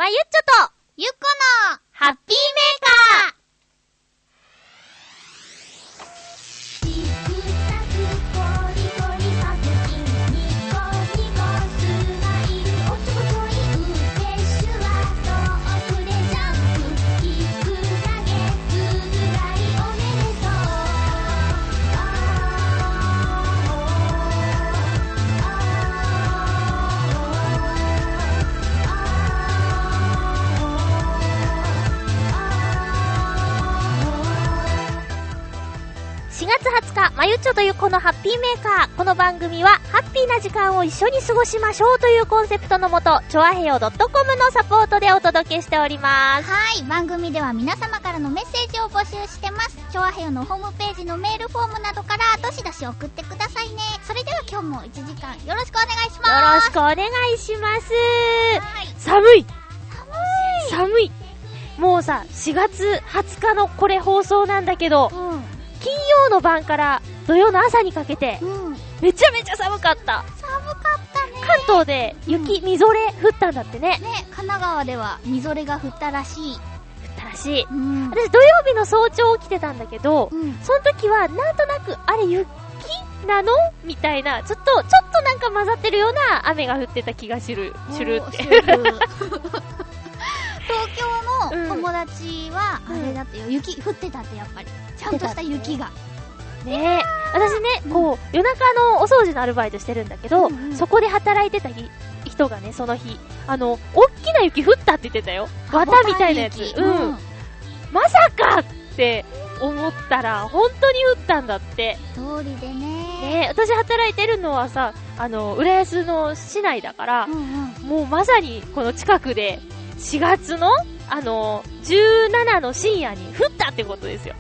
まゆっちょとゆっこのハッピーメーカー。4月20日、まゆっちょとゆっこのハッピーメーカー。この番組は、ハッピーな時間を一緒に過ごしましょうというコンセプトのもと、ちょわへよ .com のサポートでお届けしております。 はい、番組では皆様からのメッセージを募集してます。ちょわへよのホームページのメールフォームなどからどしどし送ってくださいね。それでは今日も1時間よろしくお願いします。 よろしくお願いします。 はい、 寒い。もうさ、4月20日のこれ放送なんだけど、金曜の晩から土曜の朝にかけて、めちゃめちゃ寒かった。 寒かったね。 関東で雪、みぞれ降ったんだってね。 ね、神奈川ではみぞれが降ったらしい。 私土曜日の早朝起きてたんだけど、その時はなんとなくあれ雪なのみたいな、ちょっとなんか混ざってるような雨が降ってた気がするって東京の友達はあれだってよ、雪降ってたってやっぱりちゃんとした雪がねえ。私ね、こう夜中のお掃除のアルバイトしてるんだけど、そこで働いてた人がね、その日大きな雪降ったって言ってたよ。綿みたいなやつ。まさかって思ったら本当に降ったんだって。 通りでねえ、私働いてるのはさ、浦安の市内だから、もうまさにこの近くで4月の17の深夜に降ったってことですよ。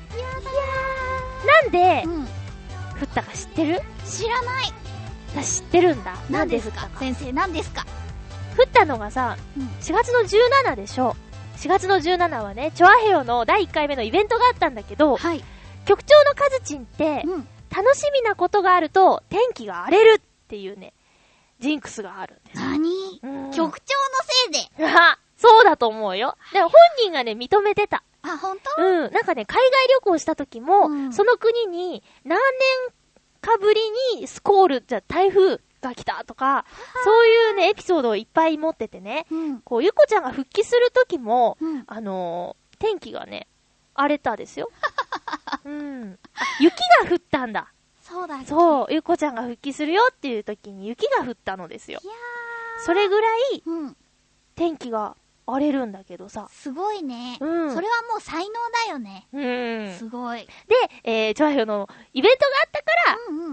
なんで、降ったか知ってる？ 知らない。 私知ってるんだ。 なんで降ったか。先生、なんですか？ 降ったのがさ、4月の17でしょ。4月の17はね、チョアヘヨの第1回目のイベントがあったんだけど、 はい、 局長のカズチンって、楽しみなことがあると天気が荒れるっていうね、ジンクスがあるんです。 何？局長のせいで。 そうだと思うよ。でも本人がね、認めてた。 あ、本当？ なんかね、海外旅行した時も、その国に何年かぶりに台風が来たとか、そういうね、エピソードをいっぱい持っててね、こう、ゆこちゃんが復帰する時も、天気がね、荒れたですよ。雪が降ったんだ。 そうだっけ。 そう、ゆこちゃんが復帰するよっていう時に雪が降ったのですよ。それぐらい、天気が荒れるんだけどさ。 すごいね。それはもう才能だよね。すごい。 で、チョアヘヨのイベントがあったから、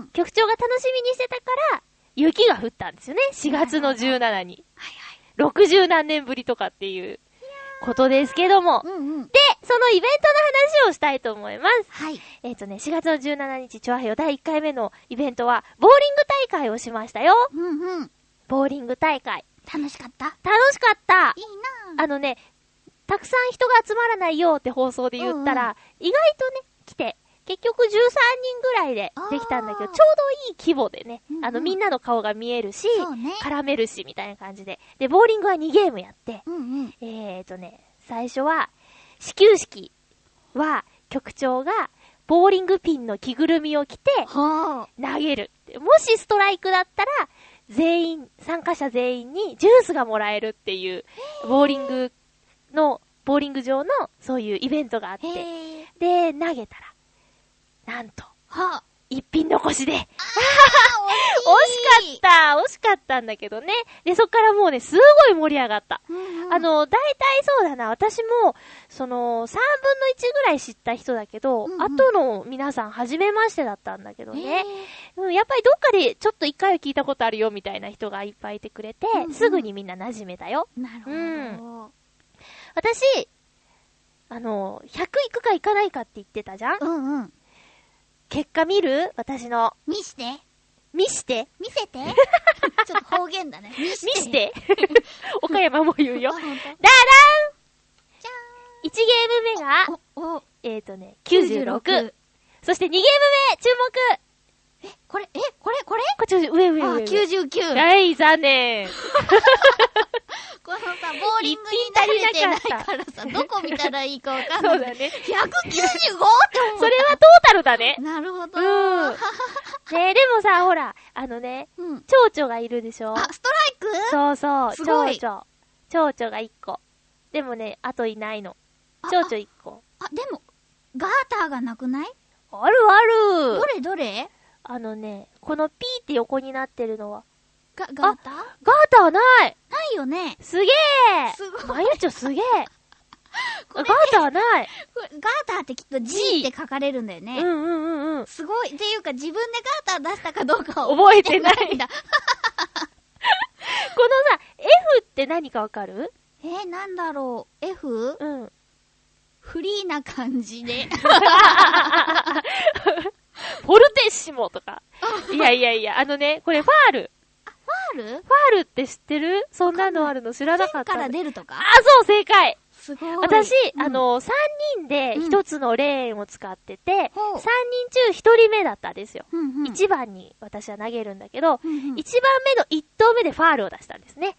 局長が楽しみにしてたから、雪が降ったんですよね。4月の17に。60何年ぶりとかっていうことですけども。で、そのイベントの話をしたいと思います。4月の17日、チョアヘヨ第1回目のイベントは、ボーリング大会をしましたよ。ボーリング大会。 楽しかった。 楽しかった。 いいな。 たくさん人が集まらないよって放送で言ったら、意外とね、来て、結局13人ぐらいでできたんだけど、ちょうどいい規模でね、みんなの顔が見えるし、絡めるし、みたいな感じで。で、ボーリングは2ゲームやって、最初は、始球式は、局長が、ボーリングピンの着ぐるみを着て、投げる。もしストライクだったら、参加者全員にジュースがもらえるっていう、ボーリング場のそういうイベントがあって、で、投げたら、なんと、一品残しで、惜しかったんだけどね。で、そっからもうね、すごい盛り上がった。大体そうだな、私も、3分の1ぐらい知った人だけど、後の皆さん初めましてだったんだけどね。やっぱりどっかでちょっと一回は聞いたことあるよみたいな人がいっぱいいてくれて、すぐにみんな馴染めたよ。 なるほど。 私、100行くか行かないかって言ってたじゃん？結果見る？私の。 見せて見せてちょっと方言だね。見せて岡山も言うよ。ダラーン！ じゃーん！ 1ゲーム目が、96。そして2ゲーム目、注目！ これこっち上。 99。 はい、残念。 このさ、ボーリングに慣れてないからさ、どこ見たらいいかわかんない。 そうだね。 195って思う。 それはトータルだね。 なるほど。 ねえ、でもさ、ほら、蝶々がいるでしょ？ ストライク？ そうそう、 すごい。 蝶々が1個。でもね、あといないの。蝶々1個。 でも、ガーターがなくない？ あるある。 どれこのピーって横になってるのは。 ガーター？ ガーターないよね。 すげえすごい。 まゆちょすげえガーターないガーターってきっと G って書かれるんだよね。 うん。 すごい。っていうか自分でガーター出したかどうかを覚えてないんだ。 このさ、F って何かわかる？ なんだろう。F？フリーな感じで。 フォルテッシモとか。いや、これファール。 ファールって知ってる？そんなのあるの知らなかった。 線から出るとか？ そう、正解。 すごい。 私、3人で1つのレーンを使ってて、3人中1人目だったんですよ。1番に私は投げるんだけど、1番目の1投目でファールを出したんですね。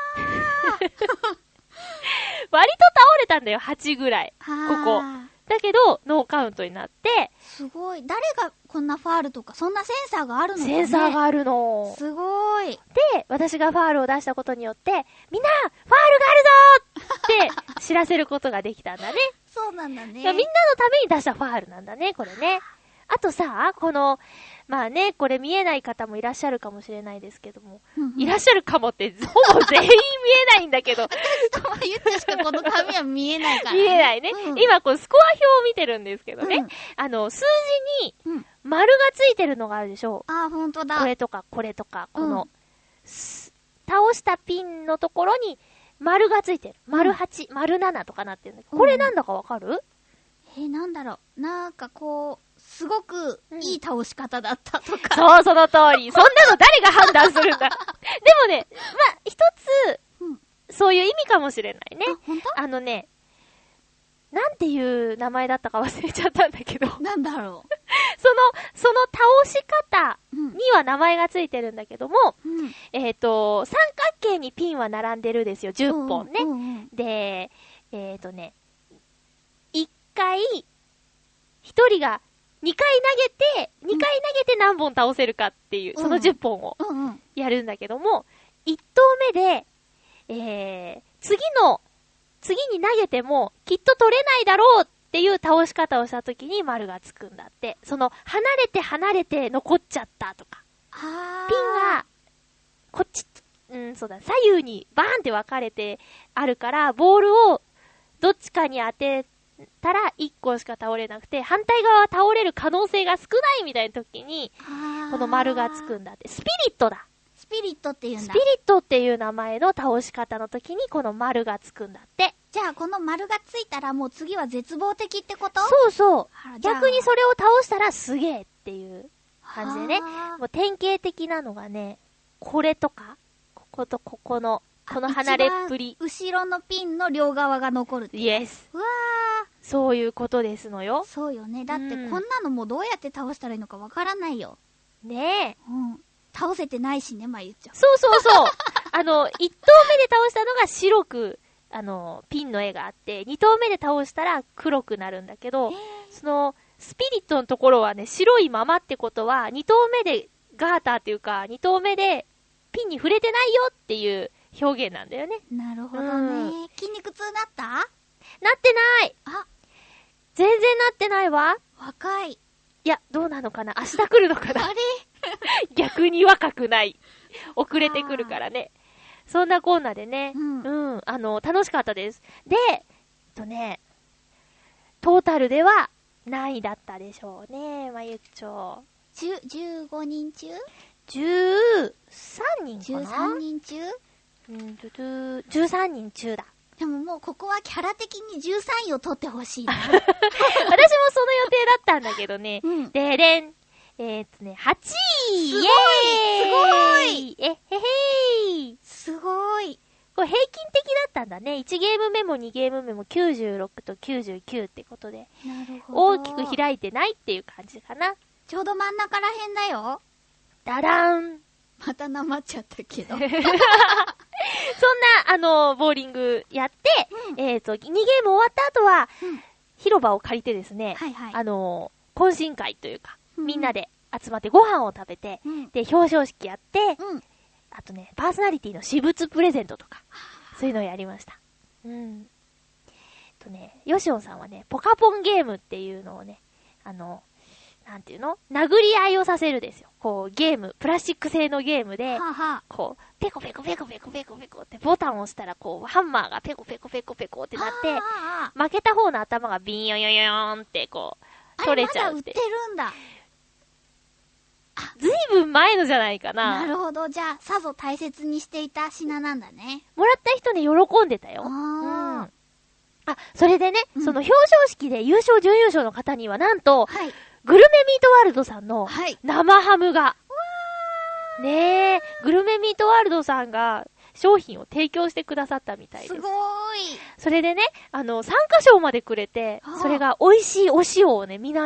割と倒れたんだよ、8ぐらい。ここ。だけど、ノーカウントになって。 すごい。誰がこんなファールとか、そんなセンサーがあるのかね。 センサーがあるの。 すごい。 で、私がファールを出したことによって、みんな、ファールがあるぞって知らせることができたんだね。 そうなんだね。 みんなのために出したファールなんだね、これね。あとさ、これ見えない方もいらっしゃるかもしれないですけども、いらっしゃるかもってほぼ全員見えないんだけど。 私とも言ってしかこの紙は見えないから、ね。 見えないね。今スコア表を見てるんですけどね。数字に丸がついてるのがあるでしょう。 ほんとだ。 これとか、この、倒したピンのところに丸がついてる。丸8、丸7とかなってるんだけど、これなんだかわかる？ なんだろう。なんかすごくいい倒し方だったとか。 そう、その通り。そんなの誰が判断するんだ。でもね、一つ、そういう意味かもしれないね。 ほんと？ なんていう名前だったか忘れちゃったんだけど。 なんだろう。 その倒し方には名前がついてるんだけども、三角形にピンは並んでるですよ、10本ね。で、1回、1人が2回投げて何本倒せるかっていう、その10本をやるんだけども、1投目で、次に投げてもきっと取れないだろうっていう倒し方をした時に丸がつくんだって。離れて残っちゃったとか。ピンが、こっち、そうだ、左右にバーンって分かれてあるから、ボールをどっちかに当てたら1個しか倒れなくて、反対側は倒れる可能性が少ないみたいな時に、この丸がつくんだって。スピリットだ。 スピリットっていうんだ。 スピリットっていう名前の倒し方の時にこの丸がつくんだって。 じゃあこの丸がついたらもう次は絶望的ってこと？ そうそう。逆にそれを倒したらすげえっていう感じでね。もう典型的なのがね、これとか、こことここの、この離れっぷり。 後ろのピンの両側が残るって。 イエス。 うわー。 そういうことですのよ。 そうよね。だってこんなのもうどうやって倒したらいいのかわからないよ。 ねえ。 倒せてないしね、まゆっちゃん。 そう。一投目で倒したのが白く、ピンの絵があって、二投目で倒したら黒くなるんだけど、その、スピリットのところはね、白いままってことは、二投目でガーターっていうか、二投目でピンに触れてないよっていう表現なんだよね。 なるほどね。筋肉痛なった？ なってない。全然なってないわ。 若い。 いや、どうなのかな？明日来るのかな？ あれ逆に若くない。遅れてくるからね。そんなコーナーでね。楽しかったです。で、トータルでは何位だったでしょうね、まゆっちょ。 15人中 ?13 人かな ?13 人中 ？13人中だ。 でももうここはキャラ的に13位を取ってほしいな。 私もその予定だったんだけどね。でれん。8位すごいすごいこれ平均的だったんだね。1ゲーム目も2ゲーム目も96と99ってことで。 なるほど。 大きく開いてないっていう感じかな。 ちょうど真ん中らへんだよ。 ダダーン。 またなまっちゃったけど。 そんな、ボーリングやって、2ゲーム終わった後は、広場を借りてですね、懇親会というか、みんなで集まってご飯を食べて、で、表彰式やって、あとね、パーソナリティの私物プレゼントとか、そういうのをやりました。ヨシオンさんはね、ポカポンゲームっていうのをね、なんていうの？殴り合いをさせるですよ。こう、ゲーム、プラスチック製のゲームで、こう、ペコペコペコペコペコペコってボタンを押したら、こう、ハンマーがペコペコペコペコってなって、負けた方の頭がビンヨヨヨヨーンって、こう、取れちゃうって。 あれまだ売ってるんだ。 ずいぶん前のじゃないかな。 なるほど。じゃあ、さぞ大切にしていた品なんだね。 もらった人ね、喜んでたよ。それでね、その表彰式で優勝準優勝の方にはなんと、グルメミートワールドさんの生ハムが、ねえ、グルメミートワールドさんが商品を提供してくださったみたいです。 すごーい。 それでね、参加賞までくれて、それが美味しいお塩をね、みんな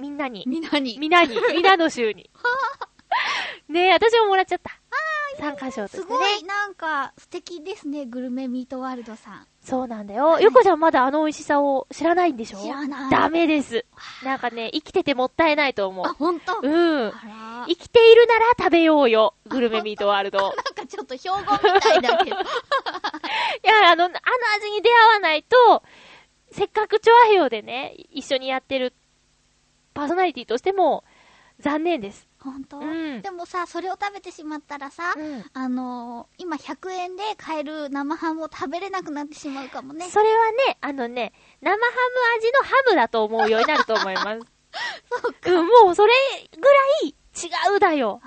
の州に。ねえ、私ももらっちゃった。参加賞としてね。 すごい、なんか、素敵ですね、グルメミートワールドさん。 そうなんだよ。ゆこちゃんまだあの美味しさを知らないんでしょ？ 知らない。 ダメです。なんかね、生きててもったいないと思う。 ほんと？ 生きているなら食べようよ、グルメミートワールド。 なんかちょっと標語みたいだけど。いや、あの味に出会わないと、せっかくチョアヘヨでね、一緒にやってるパーソナリティとしても、残念です。 ほんと？でもさ、それを食べてしまったらさ、今100円で買える生ハムを食べれなくなってしまうかもね。 それはね、生ハム味のハムだと思うようになると思います。 そうか。 もうそれぐらい違うだよ。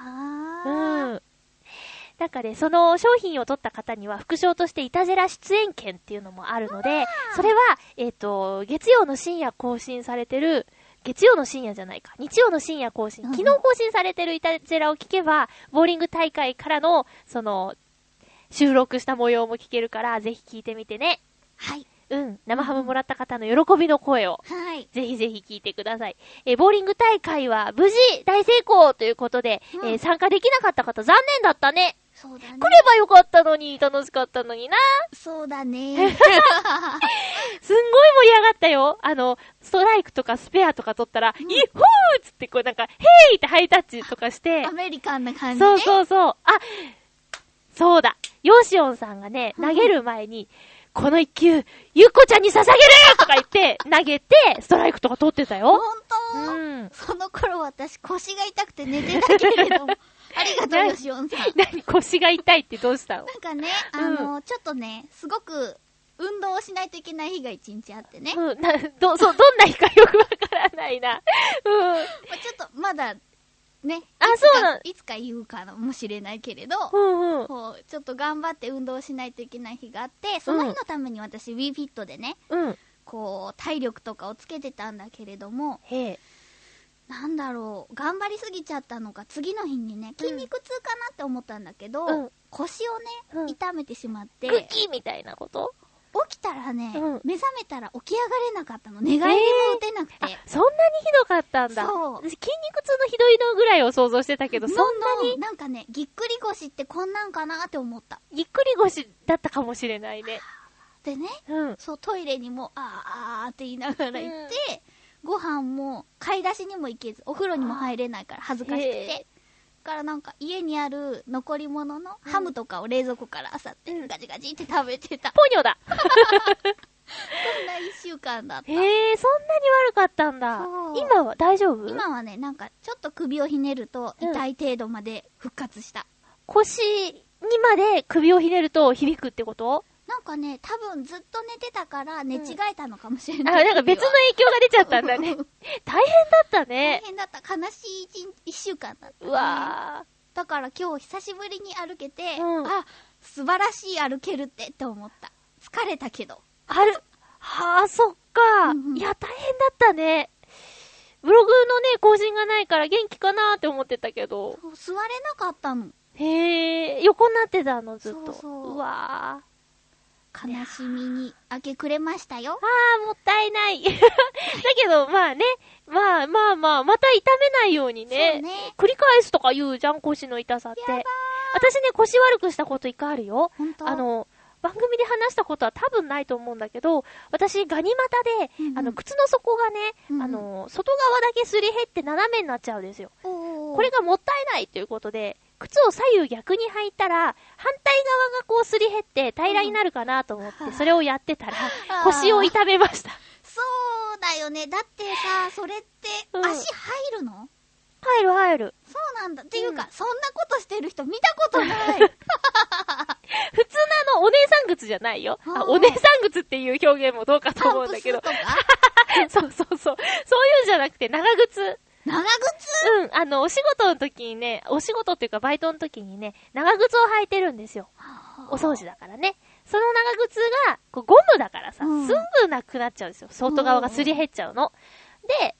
だからね、その商品を取った方には副賞としてイタジェラ出演券っていうのもあるので、それは、月曜の深夜更新されてる、月曜の深夜じゃないか。日曜の深夜更新。昨日更新されてるイタジェラを聞けば、ボーリング大会からの、収録した模様も聞けるから、ぜひ聞いてみてね。 はい。 生ハムもらった方の喜びの声を。ぜひぜひ聞いてください。ボーリング大会は無事大成功ということで、参加できなかった方残念だったね。 そうだね。 来ればよかったのに、楽しかったのにな。 そうだね。 すんごい盛り上がったよ。ストライクとかスペアとか取ったら、イッホーつってこうなんか、ヘイってハイタッチとかして。 アメリカンな感じね。 そう。そうだ。ヨシオンさんがね、投げる前に、この一球、ゆっこちゃんに捧げるとか言って、投げて、ストライクとか取ってたよ。 ほんと？その頃私腰が痛くて寝てたけれども。ありがとう、ヨシオンさん。 何腰が痛いってどうしたの？ なんかね、ちょっとね、すごく、運動をしないといけない日が一日あってね。 どんな日かよくわからないな。 ちょっと、まだ、ね。いつか言うかもしれないけれど、こう、ちょっと頑張って運動しないといけない日があって、その日のために私、Wii Fit でね、こう、体力とかをつけてたんだけれども、なんだろう、頑張りすぎちゃったのか、次の日にね、筋肉痛かなって思ったんだけど、腰をね、痛めてしまって、 グキみたいなこと？ 起きたらね、目覚めたら起き上がれなかったの。寝返りも打てなくて。 そんなにひどかったんだ。 そう。 筋肉痛のひどいのぐらいを想像してたけど、そんなになんかね、ぎっくり腰ってこんなんかなって思った。 ぎっくり腰だったかもしれないね。 でね、そう、トイレにも、あーって言いながら行って、ご飯も買い出しにも行けず、お風呂にも入れないから恥ずかしくて。からなんか家にある残り物のハムとかを冷蔵庫から漁ってガチガチって食べてた。 ポニョだ。 そんな一週間だった。 そんなに悪かったんだ。今は大丈夫？ 今はね、なんかちょっと首をひねると痛い程度まで復活した。 腰にまで首をひねると響くってこと？ なんかね、多分ずっと寝てたから寝違えたのかもしれない。 なんか別の影響が出ちゃったんだね。大変だったね。 大変だった。悲しい一週間だった、ね。 うわー。だから今日久しぶりに歩けて、素晴らしい歩けるって思った。疲れたけど。 そっか。いや、大変だったね。ブログのね、更新がないから元気かなーって思ってたけど。 座れなかったの。 横になってたの、ずっと。 そううわー。 悲しみに明け暮れましたよ。 もったいない。だけど、まあね、また痛めないようにね。繰り返すとか言うじゃん、腰の痛さって。 やば私ね、腰悪くしたこと一回あるよ。 ほんと？ 番組で話したことは多分ないと思うんだけど、私、ガニ股で、靴の底がね、外側だけすり減って斜めになっちゃうんですよ。これがもったいないということで、靴を左右逆に履いたら、反対側がこうすり減って平らになるかなと思って、それをやってたら、腰を痛めました。 そうだよね。だってさ、それって、足入るの？ 入る。 そうなんだ。っていうか、そんなことしてる人見たことない。 普通のお姉さん靴じゃないよ。お姉さん靴っていう表現もどうかと思うんだけど。そう。そういうんじゃなくて、長靴。 長靴？ お仕事の時にね、お仕事っていうかバイトの時にね、長靴を履いてるんですよ。お掃除だからね。その長靴が、ゴムだからさ、すぐなくなっちゃうんですよ。外側がすり減っちゃうの。で、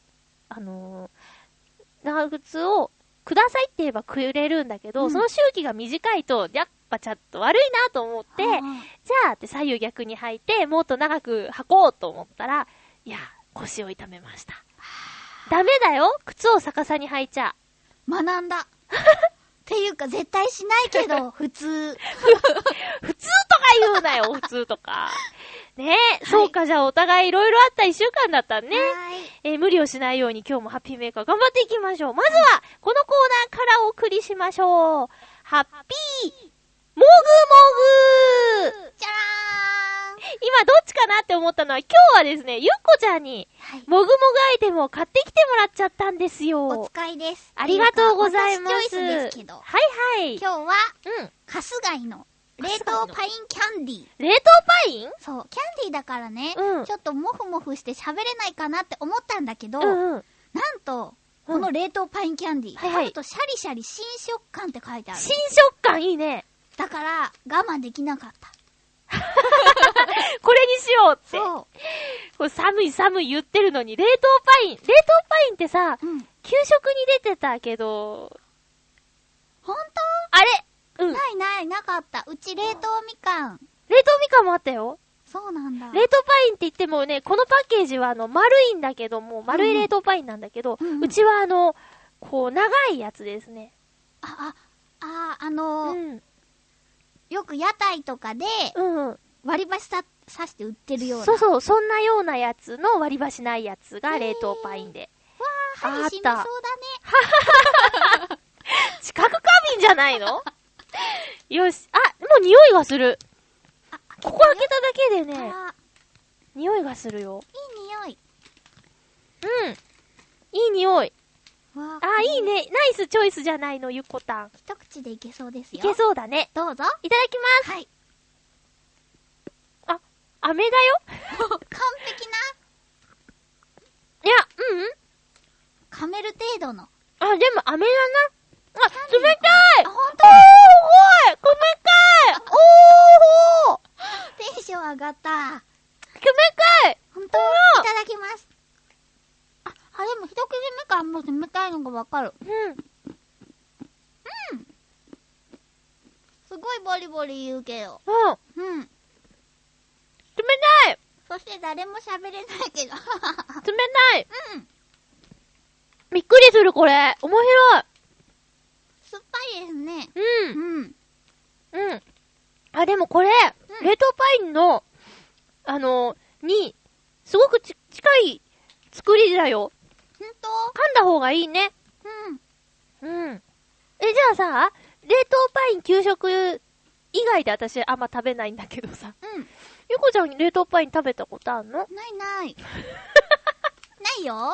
長靴をくださいって言えばくれるんだけど、その周期が短いと、やっぱちょっと悪いなと思って、じゃあって左右逆に履いて、もっと長く履こうと思ったら、いや、腰を痛めました。ダメだよ、靴を逆さに履いちゃ。 学んだ。っていうか絶対しないけど、普通。 普通とか言うなよ、普通とか。ねえ、そうか、じゃあお互いいろいろあった一週間だったね。無理をしないように今日もハッピーメーカー頑張っていきましょう。まずは、このコーナーからお送りしましょう。ハッピー、もぐもぐ！ じゃらーん！ 今どっちかなって思ったのは、今日はですね、ゆっこちゃんに、もぐもぐアイテムを買ってきてもらっちゃったんですよ。 お使いです。 ありがとうございます。 私チョイスですけど。 はい。 今日は、カス貝の冷凍パインキャンディー。 冷凍パイン？ そう、キャンディーだからね、ちょっとモフモフして喋れないかなって思ったんだけど、なんと、この冷凍パインキャンディー、食べとシャリシャリ新食感って書いてある。 新食感いいね。 だから、我慢できなかった。 これにしようって。 そう。 これ寒い言ってるのに、冷凍パインってさ、給食に出てたけど、 ほんと？ あれ？ なかった。うち冷凍みかん。 冷凍みかんもあったよ。 そうなんだ。 冷凍パインって言ってもね、このパッケージは丸いんだけども、丸い冷凍パインなんだけど、うちはこう長いやつですね。 よく屋台とかで、割り箸刺して売ってるような。 そう、そんなようなやつの割り箸ないやつが冷凍パインで。 わー、歯に染みそうだね。 知覚過敏じゃないの？よし。もう匂いがする。ここ開けただけでね、匂いがするよ。 いい匂い。 いい匂い。いいね。ナイスチョイスじゃないの、ゆっこたん。 一口でいけそうですよ。 いけそうだね。 どうぞ。 いただきます。 はい。 飴だよ。 完璧な。 いや、 噛める程度の。 でも飴だな。冷たい！ ほんと？ おー、冷たい！おー！ テンション上がった。 冷たい！ ほんと？いただきます。でも一口目からもう冷たいのがわかる。すごいボリボリ言うけど。 冷たい！ そして誰も喋れないけど。冷たい！びっくりするこれ。面白い。 酸っぱいですね。 でもこれ、冷凍パインの、に、すごく近い作りだよ。 ほんと？ 噛んだ方がいいね。じゃあさ、冷凍パイン給食以外で私あんま食べないんだけどさ。ゆこちゃん冷凍パイン食べたことあんの？ ない。ないよ。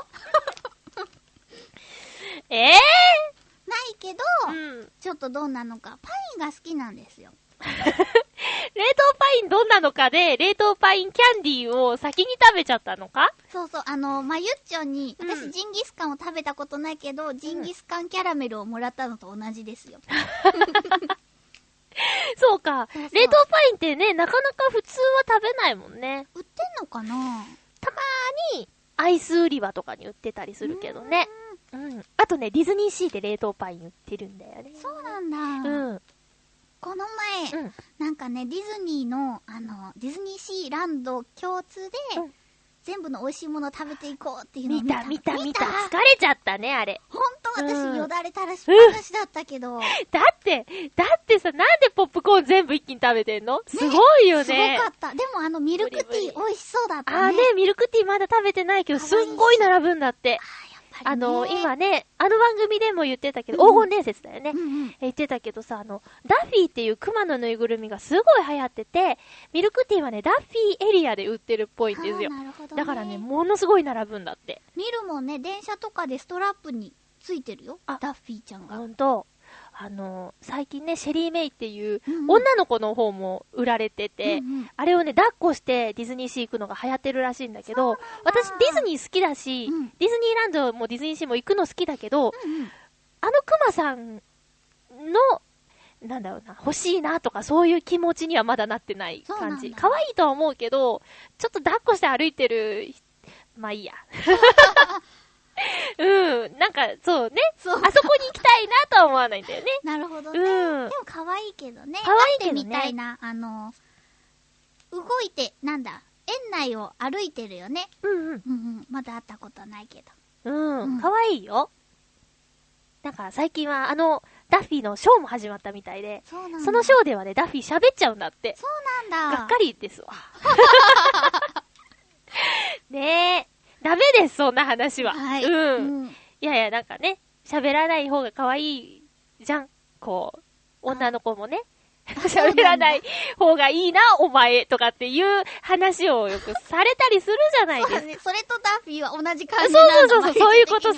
ないけど、ちょっとどんなのか。パインが好きなんですよ。 冷凍パインどんなのかで、冷凍パインキャンディーを先に食べちゃったのか？ そう、ゆっちょに、私ジンギスカンを食べたことないけど、ジンギスカンキャラメルをもらったのと同じですよ。 そうか。冷凍パインってね、なかなか普通は食べないもんね。 売ってんのかな？ たまーに、アイス売り場とかに売ってたりするけどね。あとね、ディズニーシーで冷凍パイン売ってるんだよね。 そうなんだ。この前、なんかね、ディズニーの、ディズニーシーランド共通で、全部の美味しいものを食べていこうっていうのを見た。 疲れちゃったね、あれ。 ほんと、 私よだれ垂らしっぱなしだったけど。 だってさ、なんでポップコーン全部一気に食べてんの？すごいよね。 すごかった。でもミルクティー美味しそうだったね。 ミルクティーまだ食べてないけど、すんごい並ぶんだって。今ね、番組でも言ってたけど、黄金伝説だよね。言ってたけどさ、ダッフィーっていうクマのぬいぐるみがすごい流行ってて、ミルクティーはね、ダッフィーエリアで売ってるっぽいんですよ。 なるほどね。 だからね、ものすごい並ぶんだって。 見るもんね、電車とかでストラップについてるよ。ダッフィーちゃんが。 ほんと。最近ね、シェリーメイっていう女の子の方も売られてて、あれをね、抱っこしてディズニーシー行くのが流行ってるらしいんだけど、私ディズニー好きだし、ディズニーランドもディズニーシーも行くの好きだけど、クマさんの、なんだろうな、欲しいなとかそういう気持ちにはまだなってない感じ。可愛いとは思うけど、ちょっと抱っこして歩いてる、まあいいや。なんか、そうね。あそこに行きたいなとは思わないんだよね。 なるほどね。でも可愛いけどね。 可愛いけどね。 みたいな、動いて、園内を歩いてるよね。まだ会ったことないけど。 可愛いよ。なんか最近はダッフィーのショーも始まったみたいで、そのショーではね、ダッフィー喋っちゃうんだって。 そうなんだ。 がっかりですわ。ねえ。ダメです、そんな話は。 はい。 いや、なんかね、喋らない方が可愛いじゃん。こう、女の子もね、喋らない方がいいな、お前、とかっていう話をよくされたりするじゃないですか。 そうね。それとダッフィーは同じ感じなんだ。 そういうこと。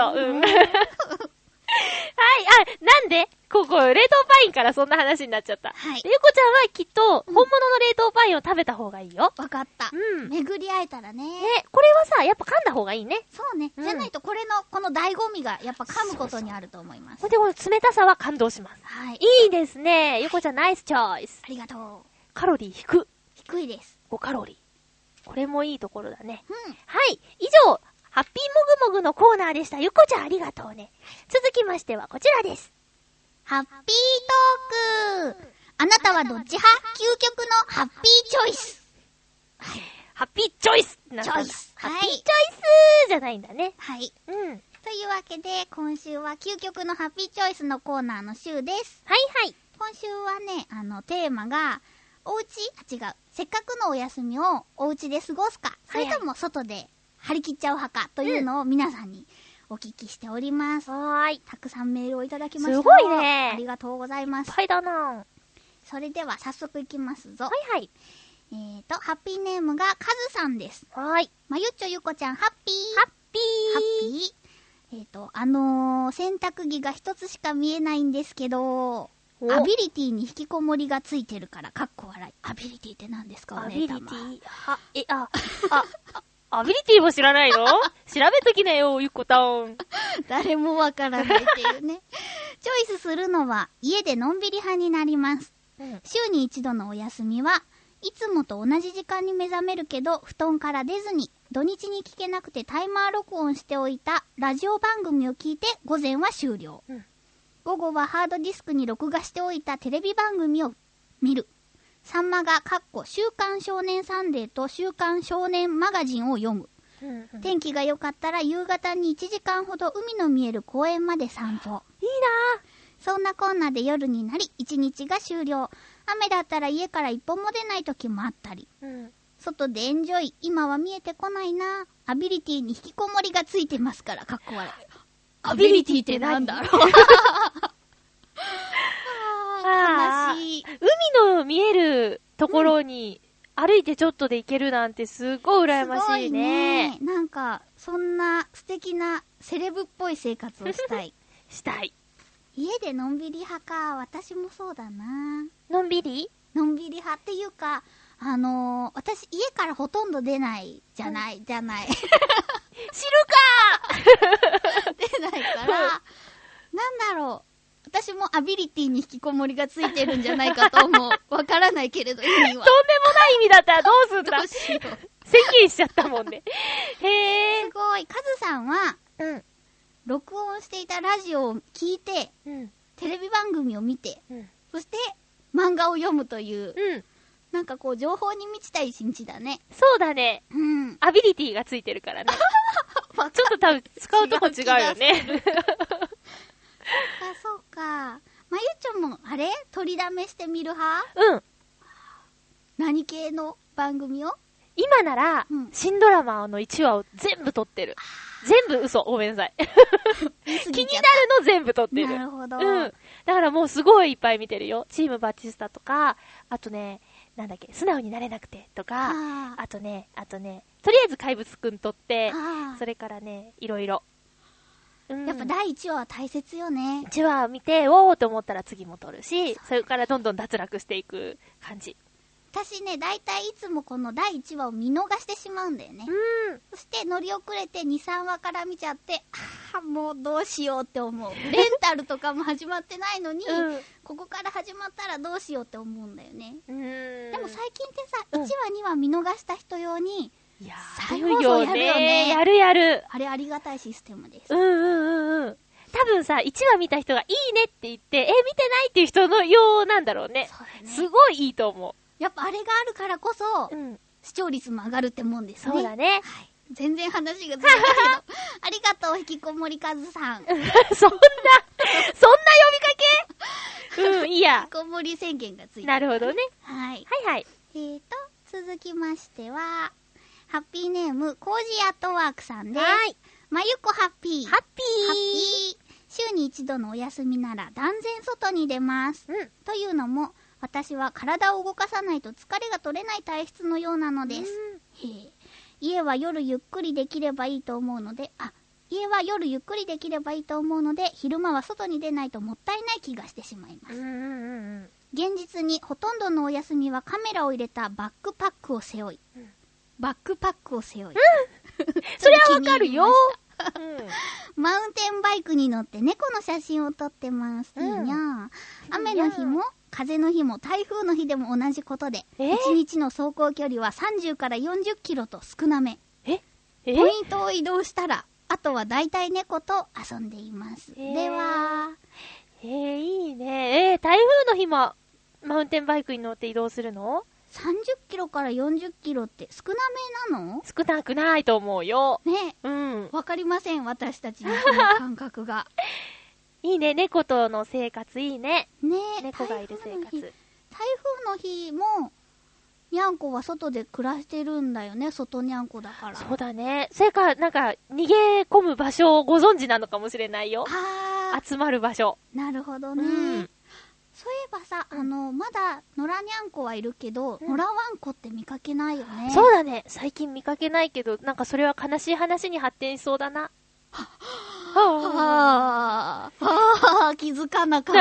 はい、なんで冷凍パインからそんな話になっちゃった。 はい。 で、ゆこちゃんはきっと、本物の冷凍パインを食べた方がいいよ。 わかった。巡り会えたらね。 これはさ、やっぱ噛んだ方がいいね。 そうね。じゃないとこの醍醐味がやっぱ噛むことにあると思います。 で、この冷たさは感動します。 はい。 いいですね。ゆこちゃんナイスチョイス。 ありがとう。 カロリー低いです。 5カロリー。これもいいところだね。 はい。以上、ハッピーもぐもぐのコーナーでした。ゆこちゃんありがとうね。続きましてはこちらです。 ハッピートーク。あなたはどっち派？究極のハッピーチョイス。 ハッピーチョイスチョイス。 ハッピーチョイスじゃないんだね。 はい。というわけで、今週は究極のハッピーチョイスのコーナーの週です。 はい。 今週はね、テーマが、せっかくのお休みをお家で過ごすか、それとも外で張り切っちゃう派かというのを皆さんにお聞きしております。たくさんメールをいただきました。 すごいね。 ありがとうございます。 はいだな。 それでは早速いきますぞ。 はい。 ハッピーネームがカズさんです。 はい。 まゆっちょゆこちゃん、ハッピー。洗濯機が一つしか見えないんですけど、アビリティに引きこもりがついてるから、かっこ笑い。アビリティって何ですか？ アビリティアビリティも知らないの？調べときなよ、ゆこたん。 誰もわからないっていうね。チョイスするのは家でのんびり派になります。週に一度のお休みはいつもと同じ時間に目覚めるけど布団から出ずに土日に聞けなくてタイマー録音しておいたラジオ番組を聞いて午前は終了。午後はハードディスクに録画しておいたテレビ番組を見る。さんまが週刊少年サンデーと週刊少年マガジンを読む。天気が良かったら夕方に1時間ほど海の見える公園まで散歩。 いいなぁ。 そんなこんなで夜になり1日が終了。雨だったら家から一歩も出ない時もあったり。外でエンジョイ。今は見えてこないな。アビリティに引きこもりがついてますから、かっこ悪い。 アビリティってなんだろう。 悲しい。 海の見えるところに歩いてちょっとで行けるなんてすごい羨ましいね。 すごいね。なんか、そんな素敵なセレブっぽい生活をしたい。 したい。 家でのんびり派か、私もそうだな。 のんびり派っていうか、私家からほとんど出ないじゃない。知るか出ないから、なんだろう。私もアビリティに引きこもりがついてるんじゃないかと思う。わからないけれど意味は。とんでもない意味だったらどうすんだ。 どうしよう。 宣言しちゃったもんね。へー。 すごい。カズさんは、録音していたラジオを聞いて、テレビ番組を見て、そして漫画を読むという、なんかこう情報に満ちた一日だね。 そうだね。アビリティがついてるからね。ちょっと多分使うとこ違うよね。 そうか。まゆちょも、あれ取りだめしてみる派？ うん。 何系の番組を？ 今なら、新ドラマの1話を全部撮ってる。全部嘘、ごめんなさい。気になるの全部撮ってる。 なるほど。 うん。だからもうすごいいっぱい見てるよ。チームバチスタとか、あとね、なんだっけ、素直になれなくてとか、あとね、とりあえず怪物くん撮って、それからね、いろいろ。 やっぱ第1話は大切よね。 1話見て、おーと思ったら次も撮るし、それからどんどん脱落していく感じ。 私ね、だいたいいつもこの第1話を見逃してしまうんだよね。そして乗り遅れて2、3話から見ちゃって、もうどうしようって思う。レンタルとかも始まってないのに、ここから始まったらどうしようって思うんだよね。でも最近ってさ、1話2話見逃した人用に、再放送やるよね。 やる。 あれありがたいシステムです。 多分さ、1話見た人がいいねって言って、見てないっていう人の用なんだろうね。すごいいいと思う。 やっぱあれがあるからこそ、視聴率も上がるってもんですね。 そうだね。はい。 全然話がずれたけど、ありがとう、引きこもりかずさん。 そんな呼びかけいいや。 引きこもり宣言がついてる。 なるほどね。 はい。 はい。 続きましては、ハッピーネーム、コージーアットワークさんです。 はい。 まゆこハッピー。 ハッピー。 週に一度のお休みなら断然外に出ます。というのも、私は体を動かさないと疲れが取れない体質のようなのです。家は夜ゆっくりできればいいと思うので、昼間は外に出ないともったいない気がしてしまいます。現実にほとんどのお休みはカメラを入れたバックパックを背負い。 それはわかるよ。 マウンテンバイクに乗って猫の写真を撮ってます。いいにゃ。雨の日も風の日も台風の日でも同じことで、1日の走行距離は30から40キロと少なめ。ポイントを移動したら、あとは大体猫と遊んでいます。では。 いいね。台風の日もマウンテンバイクに乗って移動するの ？30キロから40キロって少なめなの？ 少なくないと思うよ。 ね。わかりません、私たちの感覚が。 いいね、猫との生活いいね。 ね、 猫がいる生活。台風の日も、にゃんこは外で暮らしてるんだよね、外にゃんこだから。 そうだね。それか、なんか、逃げ込む場所をご存知なのかもしれないよ。集まる場所。 なるほどね。そういえばさ、まだ、野良にゃんこはいるけど、野良ワンコって見かけないよね。 そうだね。最近見かけないけど、なんかそれは悲しい話に発展しそうだな。 気づかなかった。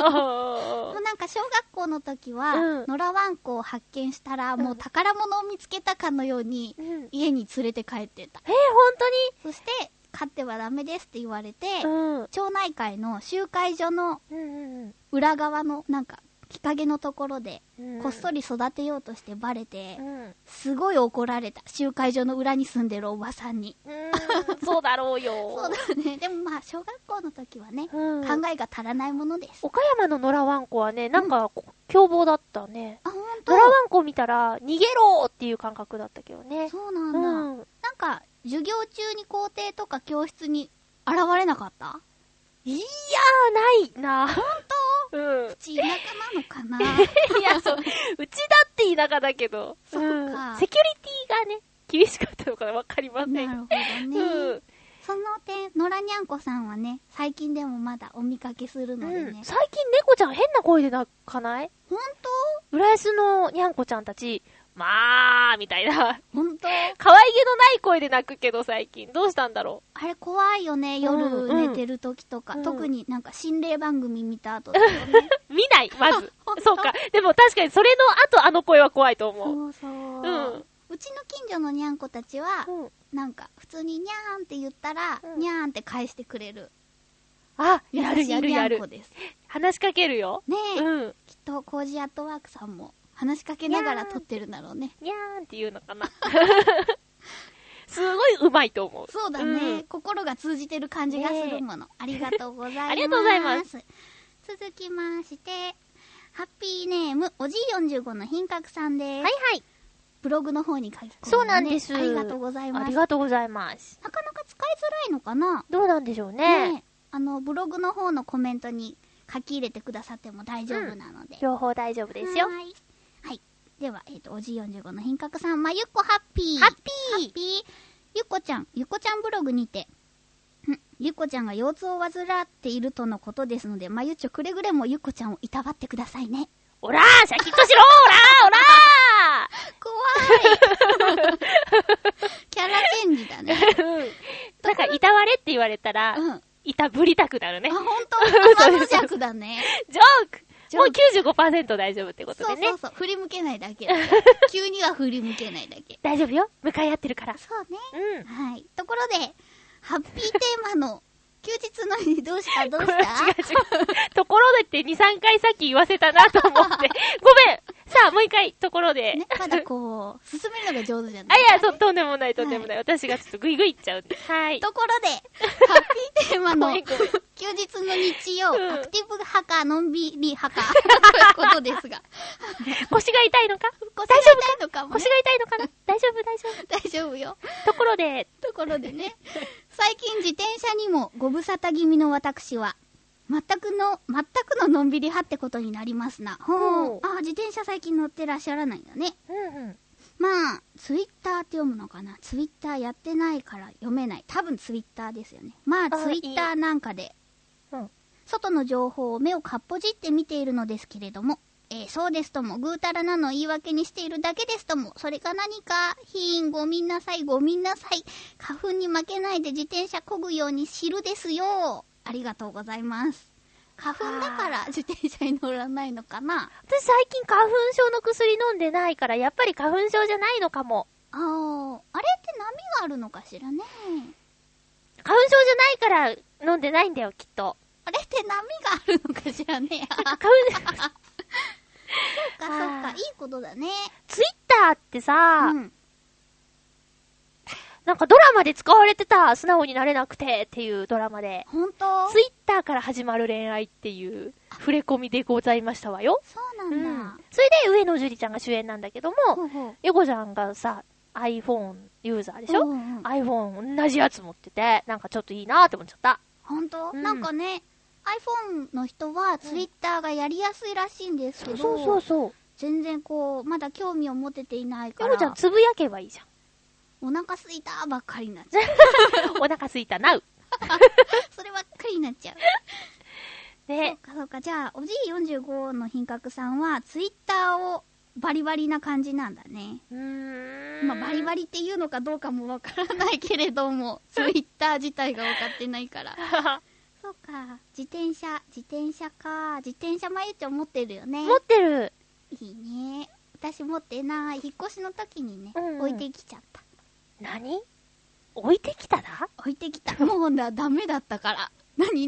もうなんか小学校の時は、野良ワンコを発見したら、もう宝物を見つけたかのように、家に連れて帰ってた。 本当に？そして、飼ってはダメですって言われて、町内会の集会所の裏側のなんか日陰のところでこっそり育てようとしてバレて、すごい怒られた。集会所の裏に住んでるおばさんに。 そうだろうよ。 そうだね。でもまあ小学校の時はね、考えが足らないものです。 岡山の野良ワンコはね、なんか凶暴だったね。 あ、ほんと？ 野良ワンコ見たら逃げろっていう感覚だったけどね。 そうなんだ。なんか授業中に校庭とか教室に現れなかった？ いやー、ないな。 ほんと？うち田舎なのかな。いや、そう。うちだって田舎だけど。 そうか。 セキュリティがね、厳しかったのかわかりません。 なるほどね。その点、野良にゃんこさんはね、最近でもまだお見かけするのでね。 最近猫ちゃん変な声で鳴かない？ ほんと？ 浦安のにゃんこちゃんたち、まーみたいな。 ほんと？ 可愛げのない声で鳴くけど最近。どうしたんだろう。 あれ怖いよね、夜寝てる時とか。特になんか心霊番組見た後とかね。 見ない、まず。そうか。でも確かにそれの後あの声は怖いと思う。 そう。うちの近所のにゃんこたちは、なんか普通ににゃーんって言ったら、にゃーんって返してくれる。 あ、やる。話しかけるよ。 ねえ。きっとコージーアットワークさんも話しかけながら撮ってるんだろうね。 にゃーんって言うのかな。すごい上手いと思う。 そうだね。心が通じてる感じがするもの。ありがとうございます。 ありがとうございます。 続きまして、ハッピーネーム、おじい45の品格さんです。 はい。 ブログの方に書き込んで、ね。 そうなんです。 ありがとうございます。 ありがとうございます。 なかなか使いづらいのかな？ どうなんでしょうね。 ブログの方のコメントに書き入れてくださっても大丈夫なので。 両方大丈夫ですよ。 はい。では、おじ45の品格さん、まゆっこハッピー。 ハッピー。 ゆっこちゃんブログにて、ゆっこちゃんが腰痛を患っているとのことですので、まゆっちょくれぐれもゆっこちゃんをいたわってくださいね。 おらー、シャキッとしろ怖いキャラチェンジだね。 なんか、いたわれって言われたら、いたぶりたくなるね。 ほんと天の弱だね。 ジョークもう 95% 大丈夫ってことでね。 そう。振り向けないだけだ。急には振り向けないだけ。 大丈夫よ。向かい合ってるから。 そうね。はい。ところで、ハッピーテーマの休日の日どうした違う。 ところでって2、3回さっき言わせたなと思って。ごめん。さあ、もう一回、ところで。 ね、まだこう、進めるのが上手じゃない。 いや、とんでもない。私がちょっとグイグイいっちゃうんで。はい。 ところで、ハッピーテーマの休日の日曜、アクティブ派か、のんびり派か、ということですが。 腰が痛いのか腰が痛いのかも、ね。 腰が痛いのかな大丈夫。 大丈夫よ。 ところでね、最近自転車にもご無沙汰気味の私は、全くののんびり派ってことになりますな。自転車最近乗ってらっしゃらないんだね。まあ、ツイッターって読むのかな。ツイッターやってないから読めない。多分ツイッターですよね。まあ、ツイッターなんかで、外の情報を目をかっぽじって見ているのですけれども、そうですとも、ぐうたらなの言い訳にしているだけですとも、それが何か、ごめんなさい。花粉に負けないで自転車漕ぐように知るですよ。ありがとうございます。花粉だから自転車に乗らないのかな。 私最近花粉症の薬飲んでないから、やっぱり花粉症じゃないのかも。 あれって波があるのかしらね。 花粉症じゃないから飲んでないんだよ、きっと。 あれって波があるのかしらね。 花粉そうか、いいことだね。 ツイッターってさ、なんかドラマで使われてた、素直になれなくてっていうドラマで。 ほんと？ ツイッターから始まる恋愛っていう触れ込みでございましたわよ。 そうなんだ。 それで上野樹里ちゃんが主演なんだけども、ゆこちゃんがさ、iPhone ユーザーでしょ、iPhone 同じやつ持ってて、なんかちょっといいなーって思っちゃった。 ほんと？なんかね、iPhone の人はツイッターがやりやすいらしいんですけど、 そう。 全然こう、まだ興味を持てていないから。 ゆこちゃんつぶやけばいいじゃん。 お腹すいたばっかりになっちゃう。 お腹すいたなう。 そればっかりになっちゃう。ね。そうか。じゃあ、おじい45の品格さんは、ツイッターをバリバリな感じなんだね。まあ、バリバリっていうのかどうかもわからないけれども、ツイッター自体がわかってないから。そうか。自転車か。自転車まゆちょ持ってるよね。 持ってる。 いいね。私持ってない。引っ越しの時にね、置いてきちゃった。 何？置いてきただ？ 置いてきた。もうダメだったから。何？い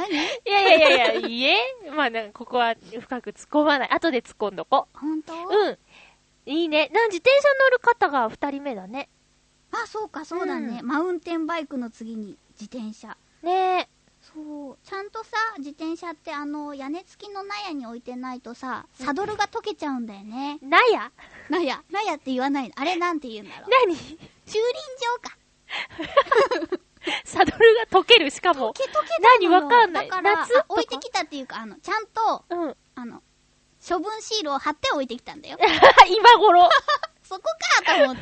えまあここは深く突っ込まない。後で突っ込んどこ。 ほんと？ いいね。自転車乗る方が2人目だね。 あ、そうか、そうだね。マウンテンバイクの次に自転車。 ねえ。 そう。ちゃんとさ、自転車って屋根付きの納屋に置いてないとさ、サドルが溶けちゃうんだよね。 納屋って言わないの。あれなんて言うんだろう。 何？ 駐輪場か。 サドルが溶ける、しかも。何わかんない。 だから置いてきたっていうか、ちゃんと、処分シールを貼って置いてきたんだよ。 今頃。 そこかと思って。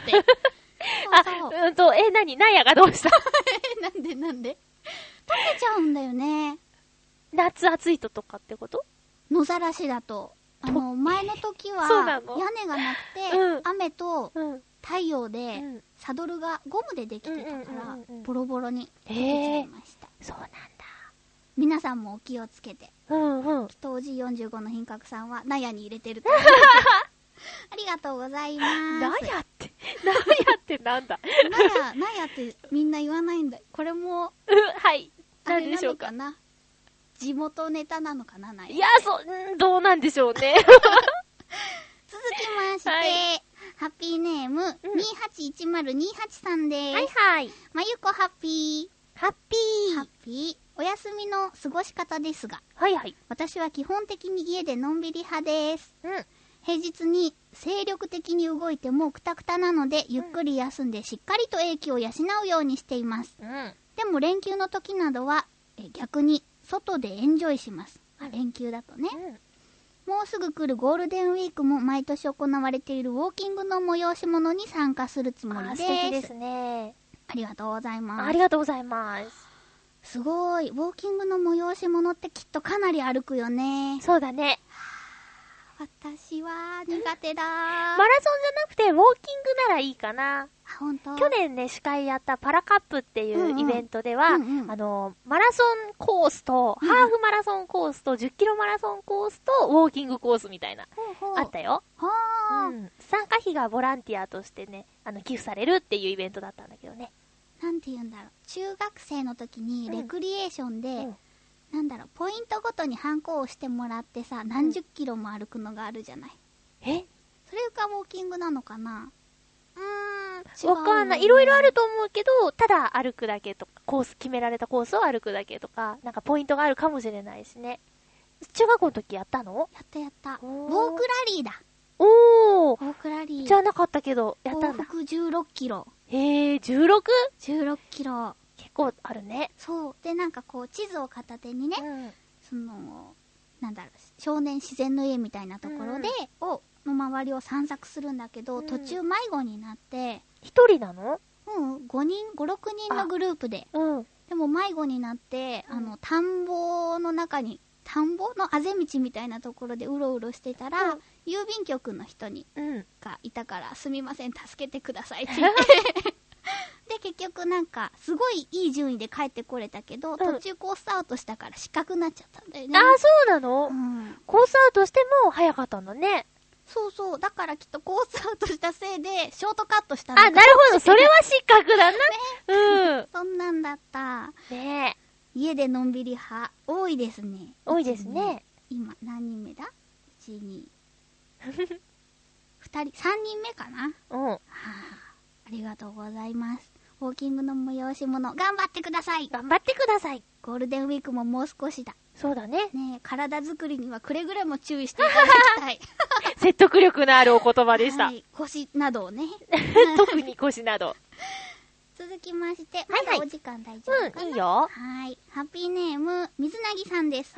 何納屋がどうした？ なんで溶けちゃうんだよね。 夏暑いとかってこと？ 野ざらしだと。前の時は、屋根がなくて、雨と太陽で、サドルがゴムでできてたから、ボロボロに溶けちゃいました。 そうなんだ。 皆さんもお気をつけて。きっとおじい45の品格さんは、納屋に入れてると思います。ありがとうございます。 納屋ってなんだ？ 納屋ってみんな言わないんだ。これも、 はい。何でしょうか。 地元ネタなのかな、納屋。 いや、どうなんでしょうね。 続きまして、ハッピーネーム、281028さんです。まゆこハッピー。お休みの過ごし方ですが、私は基本的に家でのんびり派です。平日に精力的に動いてもクタクタなので、ゆっくり休んでしっかりと英気を養うようにしています。でも連休の時などは、 逆に外でエンジョイします。連休だとね。もうすぐ来るゴールデンウィークも毎年行われているウォーキングの催し物に参加するつもりです。 素敵ですね。 ありがとうございます。 ありがとうございます。 すごい。ウォーキングの催し物ってきっとかなり歩くよね。 そうだね。 私は苦手だ。 マラソンじゃなくてウォーキングならいいかな。 本当？ 去年ね、司会やったパラカップっていうイベントでは、マラソンコースと、ハーフマラソンコースと、10キロマラソンコースと、ウォーキングコースみたいな、あったよ。参加費がボランティアとしてね、寄付されるっていうイベントだったんだけどね。 なんて言うんだろう。中学生の時にレクリエーションで、なんだろう、ポイントごとにハンコを押してもらってさ、何十キロも歩くのがあるじゃない。それがウォーキングなのかな？ わかんない。いろいろあると思うけど、ただ歩くだけとか、決められたコースを歩くだけとか、なんかポイントがあるかもしれないしね。中学校の時やったの？ やった。ウォークラリーだ。 ウォークラリー。 じゃなかったけど、やったんだ。 往復16キロ。 16？ 16キロ。 結構あるね。 そう。で、なんかこう、地図を片手にね、なんだろう、少年自然の家みたいなところで、の周りを散策するんだけど、途中迷子になって、 一人なの ？5人、5、6人のグループで。でも迷子になって、田んぼの中に、田んぼのあぜ道みたいなところでうろうろしてたら、郵便局の人がいたから、すみません、助けてくださいって言って。で、結局なんか、すごいいい順位で帰ってこれたけど、途中コースアウトしたから失格になっちゃったんだよね。 そうなの？コースアウトしても早かったんだね。 そう。だからきっとコースアウトしたせいで、ショートカットしたんだ。 なるほど。それは失格だな。 そんなんだった。 ねえ。 家でのんびり派、多いですね。 多いですね。 今、何人目だ？ 1、2。2人、3人目かな？ありがとうございます。ウォーキングの催し物、頑張ってください。 頑張ってください。 ゴールデンウィークももう少しだ。 そうだね。 ねえ、体作りにはくれぐれも注意していただきたい。 説得力のあるお言葉でした。 腰などをね。 特に腰など。 続きまして、まだお時間大丈夫かな？ いいよ。 ハッピーネーム、水なぎさんです。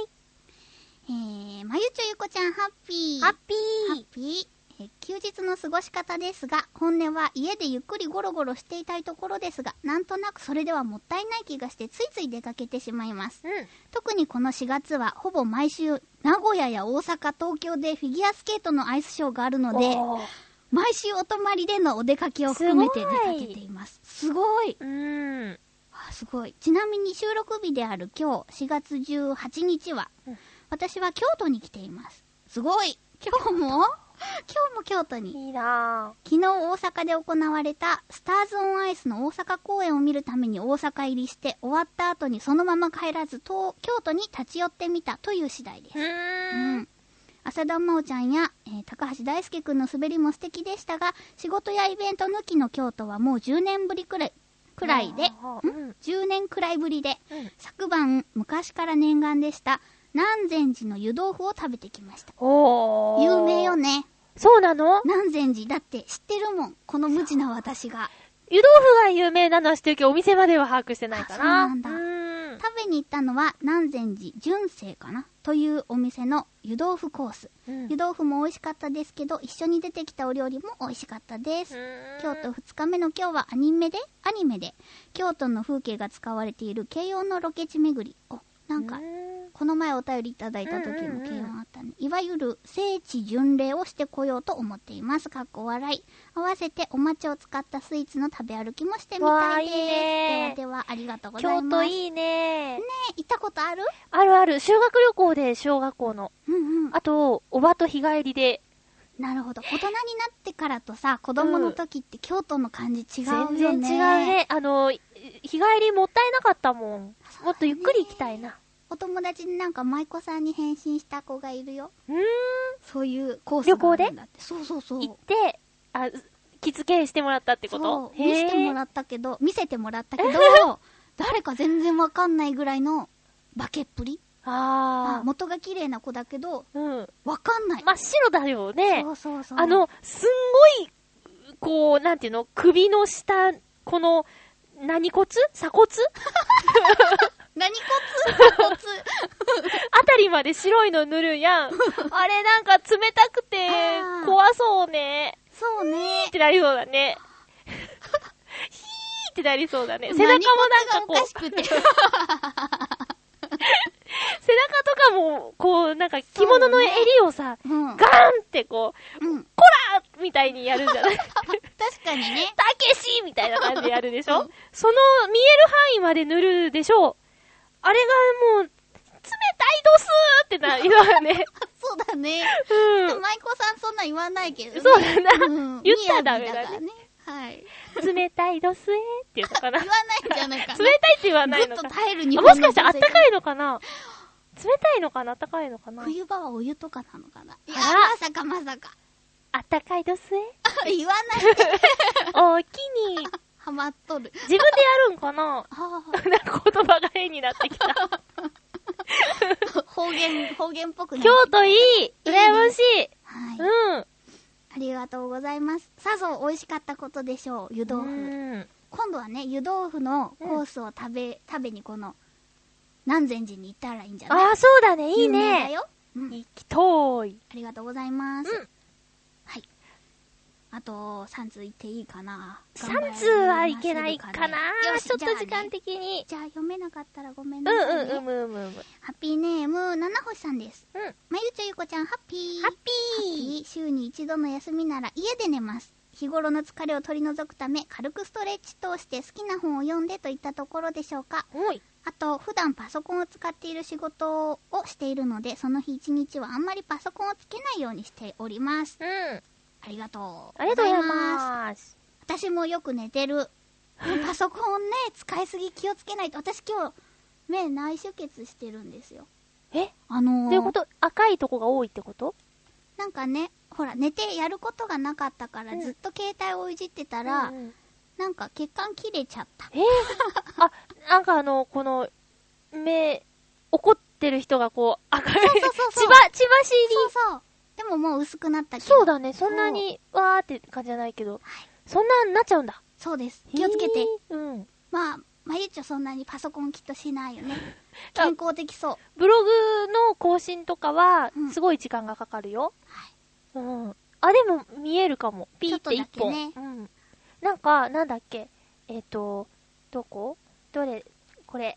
まゆちょゆこちゃん、ハッピー。休日の過ごし方ですが、本音は家でゆっくりゴロゴロしていたいところですが、なんとなくそれではもったいない気がしてついつい出かけてしまいます。特にこの4月はほぼ毎週名古屋や大阪、東京でフィギュアスケートのアイスショーがあるので、毎週お泊まりでのお出かけを含めて出かけています。すごい。すごい。ちなみに収録日である今日4月18日は、私は京都に来ています。すごい。今日も京都に。 いいなぁ。 昨日大阪で行われたスターズオンアイスの大阪公演を見るために大阪入りして終わった後にそのまま帰らず京都に立ち寄ってみたという次第です。浅田真央ちゃんや、高橋大輔くんの滑りも素敵でしたが、仕事やイベント抜きの京都はもう10年ぶりくらいで、10年くらいぶりで、昨晩昔から念願でした南禅寺の湯豆腐を食べてきました。有名よね。 そうなの？ 南禅寺だって知ってるもん。この無知な私が。 湯豆腐が有名なのは知ってるけど、お店までは把握してないかな。 そうなんだ。食べに行ったのは南禅寺純正かなというお店の湯豆腐コース。湯豆腐も美味しかったですけど、一緒に出てきたお料理も美味しかったです。京都2日目の今日はアニメで京都の風景が使われている慶応のロケ地巡り。なんかこの前お便りいただいた時も慶応あったね。いわゆる聖地巡礼をしてこようと思っています。かっこ笑い。合わせてお抹茶を使ったスイーツの食べ歩きもしてみたいです。ではありがとうございます。 京都いいね。 行ったことある？ ある。修学旅行で小学校の。あと、おばと日帰りで。 なるほど。大人になってからとさ、子供の時って京都の感じ違うよね。 全然違うね。日帰りもったいなかったもん。もっとゆっくり行きたいな。 お友達になんか舞妓さんに変身した子がいるよ。そういうコースがあるんだって。そう。 行って、着付けしてもらったってこと？ 見せてもらったけど、誰か全然わかんないぐらいの化けっぷり。元が綺麗な子だけど、わかんない。 真っ白だよね。 そう。 すんごい、こう、なんていうの？首の下、この、鎖骨何コツあたりまで白いの塗るやん。あれなんか冷たくて怖そうね。 そうね。 ってなりそうだね。ヒーってなりそうだね。背中もなんかこう。 おかしくて。 背中とかも、こう、なんか着物の襟をさ、ガーンってこう、コラーみたいにやるんじゃない？ 確かにね。 たけしみたいな感じでやるでしょ？その見える範囲まで塗るでしょ？あれがもう、冷たいドスーってなりそうだね。 そうだね。でも舞妓さんそんな言わないけどね。 そうだな。言ったらダメだね。 はい。 冷たいドスエーって言うのかな。 言わないんじゃないかな。 冷たいって言わないのか。 ずっと耐える日本のもしかしてあったかいのかな？冷たいのかな？あったかいのかな？ 冬場はお湯とかなのかな？いや、まさかまさか。 あったかいドスエ言わないで。 おおきに。 ハマっとる。 自分でやるんかな？なんか言葉が変になってきた。 方言っぽくなってきた。 京都いい！羨ましい！ はい。ありがとうございます。さぞ美味しかったことでしょう、湯豆腐。今度はね、湯豆腐のコースを食べにこの、南禅寺に行ったらいいんじゃない？ ああ、そうだね、いいね。 有名だよ。 行きとーい。 ありがとうございます。はい。あと、3通いっていいかな ？3通はいけないかな？ちょっと時間的に。 じゃあ読めなかったらごめんなさいね。ハッピーネーム、七星さんです。まゆちょゆこちゃん、ハッピー。 ハッピー。週に一度の休みなら家で寝ます。日頃の疲れを取り除くため、軽くストレッチとして好きな本を読んでといったところでしょうか。あと、普段パソコンを使っている仕事をしているので、その日一日はあんまりパソコンをつけないようにしております。ありがとう。 ありがとうございます。 私もよく寝てる。パソコンね、使いすぎ気をつけないと。私今日、目内出血してるんですよ。 どういうこと？赤いとこが多いってこと？ なんかね、ほら、寝てやることがなかったから、ずっと携帯をいじってたら、なんか血管切れちゃった。 あ、なんかこの、目、怒ってる人がこう、赤い。そう。血走り。 そう。でももう薄くなったけど。 そうだね、そんなに、わーって感じじゃないけど。そんなになっちゃうんだ。 そうです。気をつけて。まあ、まゆっちょそんなにパソコンきっとしないよね。健康的そう。 ブログの更新とかは、すごい時間がかかるよ。あ、でも見えるかも。ピーって一本。なんか、なんだっけ。どこ？どれ？これ、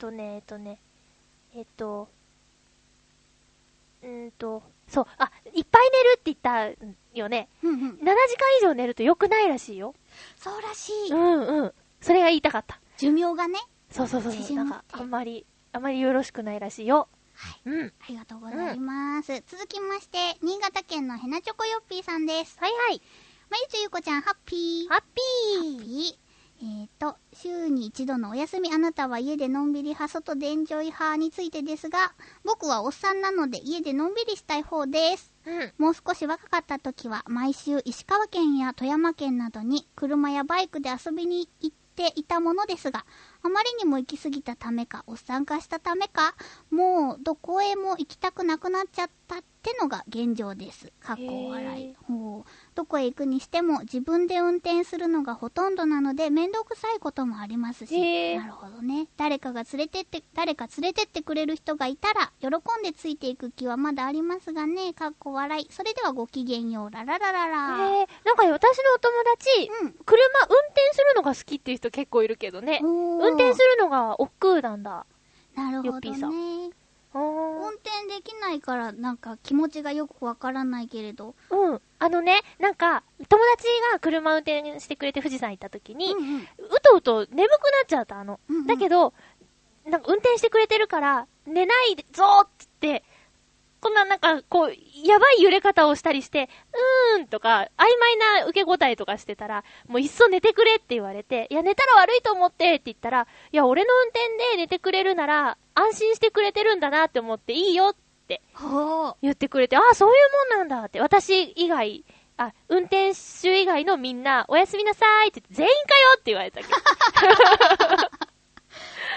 そう、あ、いっぱい寝るって言ったよね。7時間以上寝ると良くないらしいよ。 そうらしい。 それが言いたかった。 寿命がね。 そう。なんか、あんまりよろしくないらしいよ。 はい。ありがとうございます。続きまして、新潟県のヘナチョコヨッピーさんです。 はい。 まゆちょゆこちゃん、ハッピー。 ハッピー。 週に一度のお休み、あなたは家でのんびり派、外でエンジョイ派についてですが、僕はおっさんなので家でのんびりしたい方です。もう少し若かった時は毎週石川県や富山県などに車やバイクで遊びに行っていたものですが、あまりにも行き過ぎたためか、おっさん化したためか、もうどこへも行きたくなくなっちゃったってのが現状です。かっこ笑い。どこへ行くにしても自分で運転するのがほとんどなのでめんどくさいこともありますし、なるほどね。誰か連れてってくれる人がいたら喜んでついていく気はまだありますがね。かっこ笑い。それではごきげんよう。ラララララ。 なんか私のお友達、車運転するのが好きっていう人結構いるけどね。運転するのが億劫なんだ。 なるほどね。運転できないからなんか気持ちがよくわからないけれど。 なんか友達が車運転してくれて富士山行った時に、うとうと眠くなっちゃった。だけど、なんか運転してくれてるから寝ないぞーって言って、こんななんかこうやばい揺れ方をしたりしてとか曖昧な受け答えとかしてたら、もういっそ寝てくれって言われて、いや寝たら悪いと思ってって言ったら、いや俺の運転で寝てくれるなら安心してくれてるんだなって思っていいよって言ってくれて、ああそういうもんなんだって。私以外、運転手以外のみんなおやすみなさいって言って、全員かよって言われたけど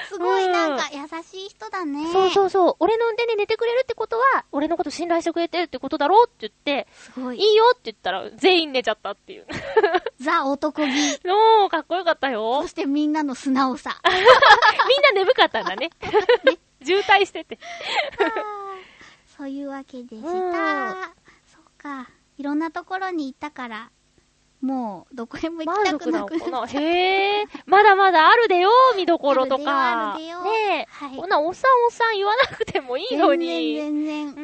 すごいなんか優しい人だね。 そうそうそう。俺の運転で寝てくれるってことは、俺のこと信頼してくれてるってことだろうって言って、 すごい。 いいよって言ったら、全員寝ちゃったっていう。 ザ男気。 おー、かっこよかったよ。 そしてみんなの素直さ。 みんな眠かったんだね。渋滞してて。 そういうわけでした。そっか。いろんなところに行ったから、もうどこへも行きたくなくなっちゃった。 へー。まだまだあるでよ、見どころとか。 あるでよ。 ねえ。 はい。 こんなおっさん言わなくてもいいのに。 全然。 うん。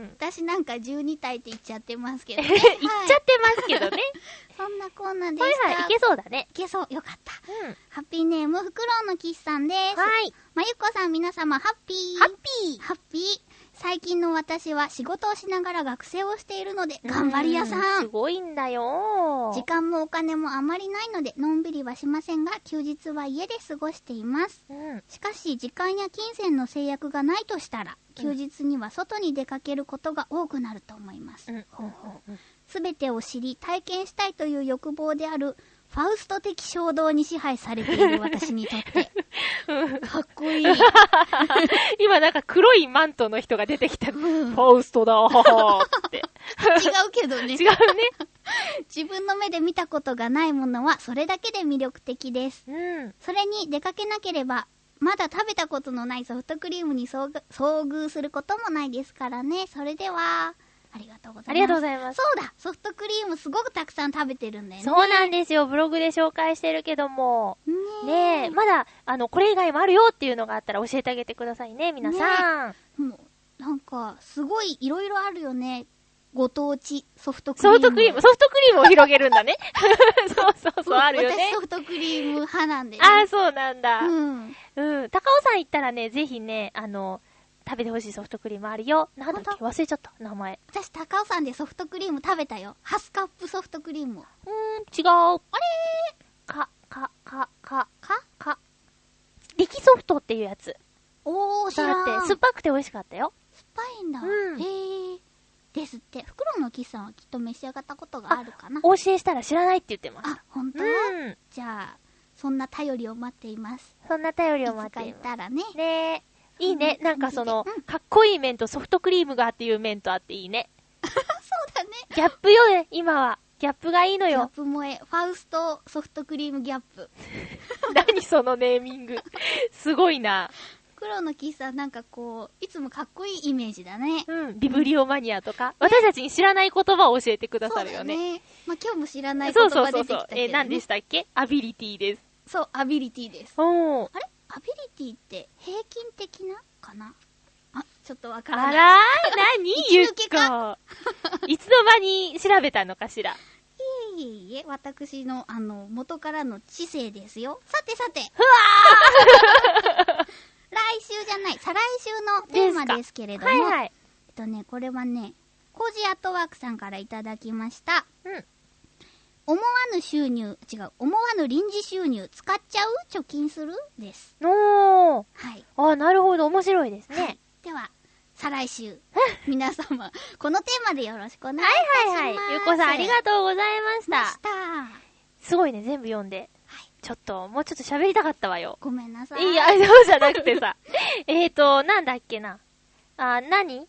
私なんか12体って言っちゃってますけどね。 言っちゃってますけどね。 そんなコーナーでした。 はいはい、いけそうだね。 いけそう。よかった。 うん。 ハッピーネーム、フクロウのキスさんです。 はい。 まゆこさん皆様、ハッピー。ハッピー。最近の私は仕事をしながら学生をしているので、頑張り屋さん。 すごいんだよ。 時間もお金もあまりないので、のんびりはしませんが、休日は家で過ごしています。しかし、時間や金銭の制約がないとしたら、休日には外に出かけることが多くなると思います。すべてを知り、体験したいという欲望である、ファウスト的衝動に支配されている私にとって、かっこいい。 今なんか黒いマントの人が出てきた。ファウストだーって。 違うけどね。 違うね。 自分の目で見たことがないものはそれだけで魅力的です。それに出かけなければ、まだ食べたことのないソフトクリームに遭遇することもないですからね。それでは、ありがとうございます。 ありがとうございます。 そうだ、ソフトクリームすごくたくさん食べてるんだよね。 そうなんですよ。ブログで紹介してるけども。ねえ、まだ、これ以外もあるよっていうのがあったら教えてあげてくださいね、皆さん。 もう、なんか、すごいいろいろあるよね。ご当地ソフトクリーム。ソフトクリームを広げるんだね。そう、あるよね。 私ソフトクリーム派なんで、ね。 ああ、そうなんだ。高尾さん行ったらね、ぜひね、食べてほしいソフトクリームあるよ。なんだっけ忘れちゃった、名前。 私、高尾山でソフトクリーム食べたよ。ハスカップソフトクリーム。 違う。あれ力ソフトっていうやつ。 知らん。 だって、酸っぱくて美味しかったよ。 酸っぱいんだ。へえ。ですって。フクロウのキスさんはきっと召し上がったことがあるかな。 お教えしたら知らないって言ってます。 あ、ほんと？じゃあ、そんな頼りを待っています。 いつか行ったらね。 ねえ。いいね。なんかかっこいい麺とソフトクリームがっていう麺とあっていいね。 そうだね。 ギャップよね、今は。ギャップがいいのよ。 ギャップ萌え。ファウストソフトクリームギャップ。 何そのネーミング。すごいな。 黒のキスさんなんかこう、いつもかっこいいイメージだね。 ビブリオマニアとか。私たちに知らない言葉を教えてくださるよね。 そうだね。まあ、今日も知らない言葉出てきたけど、ね。 何でしたっけ？アビリティです。 そう、アビリティです。 あれ？ アビリティって平均的なかな？ちょっとわからない。 あらー、何ゆっこ。いつの間に調べたのかしら。 いえ、私の、元からの知性ですよ。さて。 ふわー来週じゃない、再来週のテーマですけれども。はい。これはね、コジアットワークさんからいただきました。思わぬ臨時収入、使っちゃう？貯金する？です。 はい。なるほど、面白いですね。 はい、では、再来週、皆様、このテーマでよろしくお願いいたします。はい。 ゆうこさんありがとうございました。すごいね、全部読んで。ちょっと、もうちょっと喋りたかったわよ。 ごめんなさい。 いや、そうじゃなくてさ。なんだっけな。何？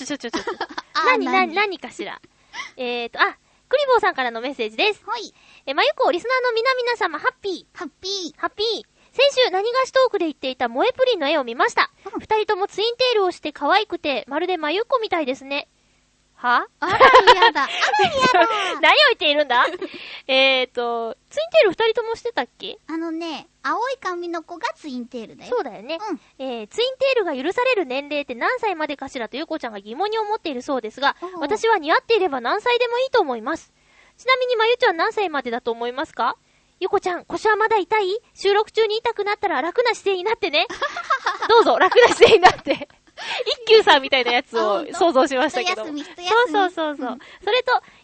何かしら。クリボーさんからのメッセージです。 はい。 まゆこ、リスナーの皆様、ハッピー。先週、何がしトークで言っていた萌えプリンの絵を見ました。二人ともツインテールをして可愛くて、まるでまゆっこみたいですね。は？ あら、嫌だ。 何を言っているんだ？ツインテール二人ともしてたっけ？ 青い髪の子がツインテールだよ。 そうだよね。ツインテールが許される年齢って何歳までかしらとゆこちゃんが疑問に思っているそうですが、私は似合っていれば何歳でもいいと思います。ちなみにまゆちゃん何歳までだと思いますか？ゆこちゃん、腰はまだ痛い？収録中に痛くなったら楽な姿勢になってね。どうぞ、楽な姿勢になって。一休さんみたいなやつを想像しましたけど。 一休み。 そう。それと、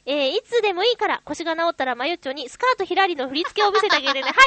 いつでもいいから腰が治ったらまゆっちょにスカートひらりの振り付けを見せてあげてね。はい。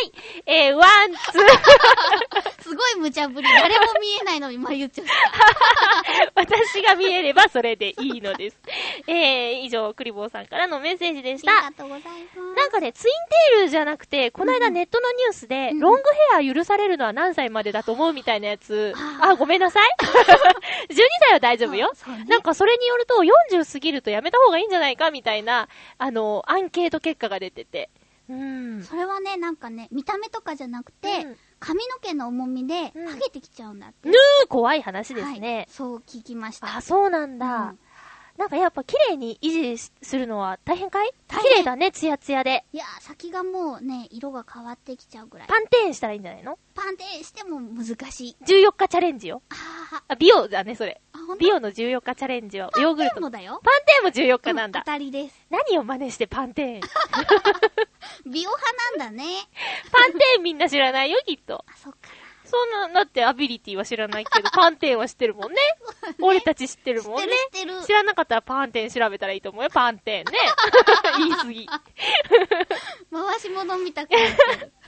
ワン、ツー。 すごい無茶ぶり。誰も見えないのにまゆっちょ。 私が見えればそれでいいのです。以上、クリボーさんからのメッセージでした。 ありがとうございます。 なんかね、ツインテールじゃなくて、この間ネットのニュースで、ロングヘア許されるのは何歳までだと思うみたいなやつ。ごめんなさい。12歳は大丈夫よ。ね、なんかそれによると、40過ぎるとやめた方がいいんじゃないかみたいな、アンケート結果が出てて。 それはね、なんかね、見た目とかじゃなくて、髪の毛の重みで、ハゲてきちゃうんだって。 怖い話ですね、 はい。そう聞きました。 そうなんだ。なんかやっぱ綺麗に維持するのは大変かい？綺麗だね、ツヤツヤで。 いや、先がもうね、色が変わってきちゃうぐらい。 パンテーンしたらいいんじゃないの？ パンテーンしても難しい。 14日チャレンジよ。美容だね、それ。美容の14日チャレンジは、ヨーグルト。 パンテーンもだよ。 パンテーンも14日なんだ。 当たりです。 何を真似してパンテーン。 美容派なんだね。 パンテーンみんな知らないよ、きっと。 そっか。 そんな、だってアビリティは知らないけど、パンテーンは知ってるもんね。俺たち知ってるもんね。 知ってる。 知らなかったらパンテーン調べたらいいと思うよ、パンテーンね。言い過ぎ。 回し物みたくなってる。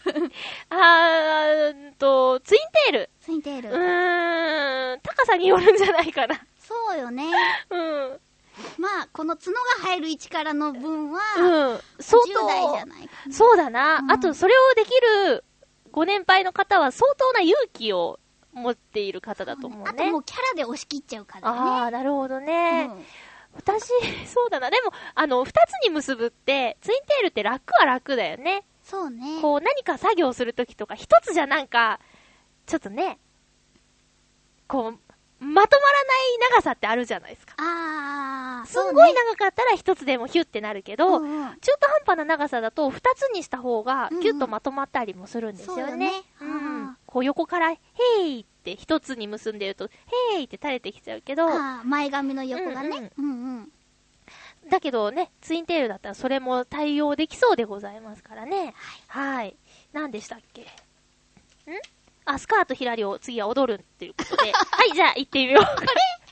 ツインテール。 ツインテール。 高さによるんじゃないかな。 そうよね。まあ、この角が生える位置からの分は、 相当10代じゃないかな。 そうだな。あと、それをできるご年配の方は相当な勇気を持っている方だと思うね。 あともうキャラで押し切っちゃうからね。 なるほどね。私、そうだな。でも、二つに結ぶって、ツインテールって楽は楽だよね。 そうね。 こう、何か作業するときとか、一つじゃなんか、ちょっとね、こう、まとまらない長さってあるじゃないですか。すんごい長かったら一つでもヒュッてなるけど、中途半端な長さだと二つにした方がキュッとまとまったりもするんですよね。こう横から、ヘイって一つに結んでると、ヘイって垂れてきちゃうけど、 前髪の横がね。 だけどね、ツインテールだったらそれも対応できそうでございますからね。はい。何でしたっけ？スカートひらりを次は踊るっていうことで。はい、じゃあ行ってみよう。なん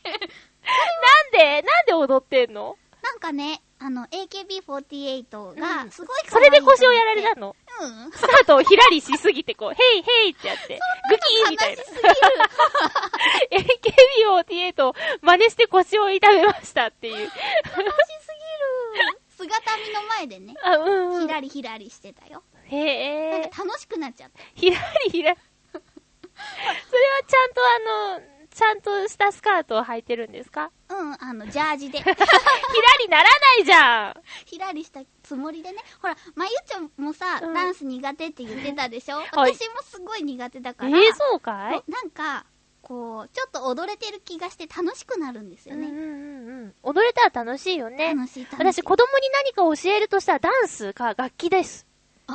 で踊ってんの？ なんかね、AKB48 がすごいそれで腰をやられたの？スカートをひらりしすぎてこう、ヘイヘイってやって、グキーみたいな。AKB48 を真似して腰を痛めましたっていう。 悲しすぎる。姿見の前でね、ひらりひらりしてたよ。なんか楽しくなっちゃった。 ひらりひらり。それはちゃんとしたスカートを履いてるんですか？ ジャージで。ひらりならないじゃん。 ひらりしたつもりでね。ほら、まゆちゃんもさ、ダンス苦手って言ってたでしょ？私もすごい苦手だから。 そうかい？ なんか、こう、ちょっと踊れてる気がして楽しくなるんですよね。 踊れたら楽しいよね。 楽しい。 私、子供に何か教えるとしたらダンスか楽器です。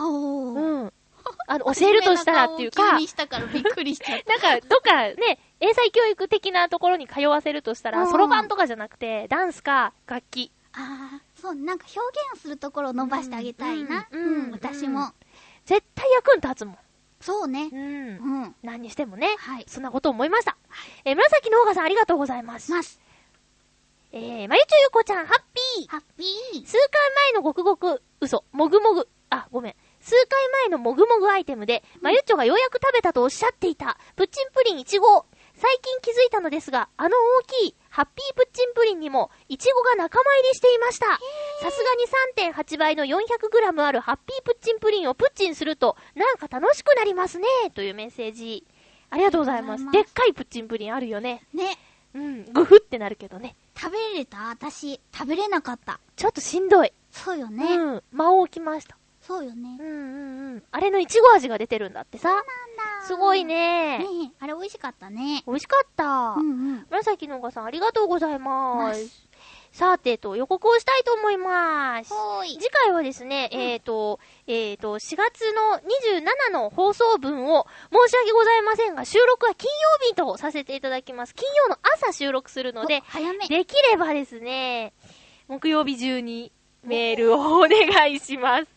教えるとしたらっていうか、 急にしたからびっくりしちゃった。 なんか、どっかね、英才教育的なところに通わせるとしたら、ソロバンとかじゃなくて、ダンスか楽器。 そう、なんか表現するところを伸ばしてあげたいな。私も。 絶対役に立つもん。 そうね。 何にしてもね。そんなこと思いました。紫のオーガさんありがとうございます。まゆちょゆこちゃん、ハッピー。数回前のごくごく、もぐもぐ。ごめん。数回前のもぐもぐアイテムで、まゆっちょがようやく食べたとおっしゃっていた、プッチンプリン1号。最近気づいたのですが、大きい、ハッピープッチンプリンにも、いちごが仲間入りしていました。さすがに 3.8 倍の 400g あるハッピープッチンプリンをプッチンすると、なんか楽しくなりますね。というメッセージ。ありがとうございます。でっかいプッチンプリンあるよね。 ね。 ぐふってなるけどね。 食べれた？私、食べれなかった。 ちょっとしんどい。 そうよね。 間を置きました。 そうよね。 あれのいちご味が出てるんだってさ。 そうなんだ。 すごいね。 あれ美味しかったね。 美味しかった。紫のおがさんありがとうございます。さてと、予告をしたいと思います。次回はですね、4月の27の放送分を申し訳ございませんが、収録は金曜日とさせていただきます。金曜の朝収録するので、できればですね、木曜日中にメールをお願いします。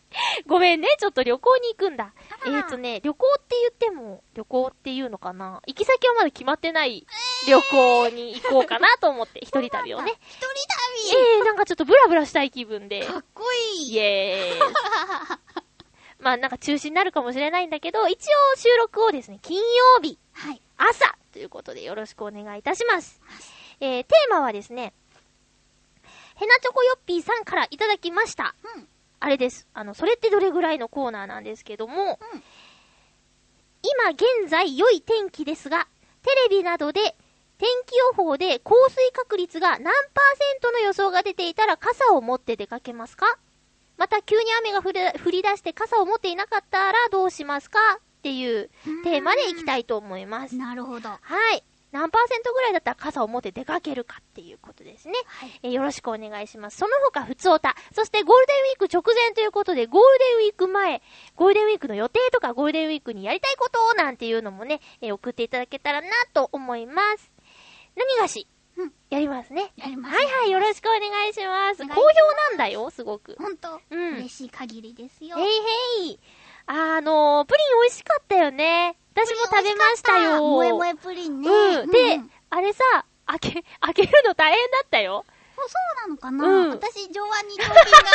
ごめんね、ちょっと旅行に行くんだ。旅行って言っても、旅行っていうのかな？行き先はまだ決まってない旅行に行こうかなと思って、一人旅をね。 一人旅なんかちょっとブラブラしたい気分で。 かっこいい。 イエーイ。まあなんか中止になるかもしれないんだけど、一応収録をですね、金曜日、 はい、 朝ということでよろしくお願いいたします。テーマはですね、ヘナチョコヨッピーさんからいただきました。あれです。それってどれぐらいのコーナーなんですけども、今現在良い天気ですが、テレビなどで天気予報で降水確率が何%の予想が出ていたら傘を持って出かけますか？また急に雨が降り出して傘を持っていなかったらどうしますか？っていうテーマでいきたいと思います。 なるほど。 はい。何%ぐらいだったら傘を持って出かけるかっていうことですね。はい、よろしくお願いします。その他、ふつおた。そしてゴールデンウィーク直前ということで、ゴールデンウィーク前、ゴールデンウィークの予定とか、ゴールデンウィークにやりたいことなんていうのもね、送っていただけたらなと思います。何がし、やりますね。 やります。 はいはい、よろしくお願いします。好評なんだよ、すごく。 ほんと。嬉しい限りですよ。 へい。プリン美味しかったよね。私も食べましたよ。 萌え萌えプリンね。 で、あれさ、開けるの大変だったよ。 そうなのかな、私、上腕二頭筋が発達してるから。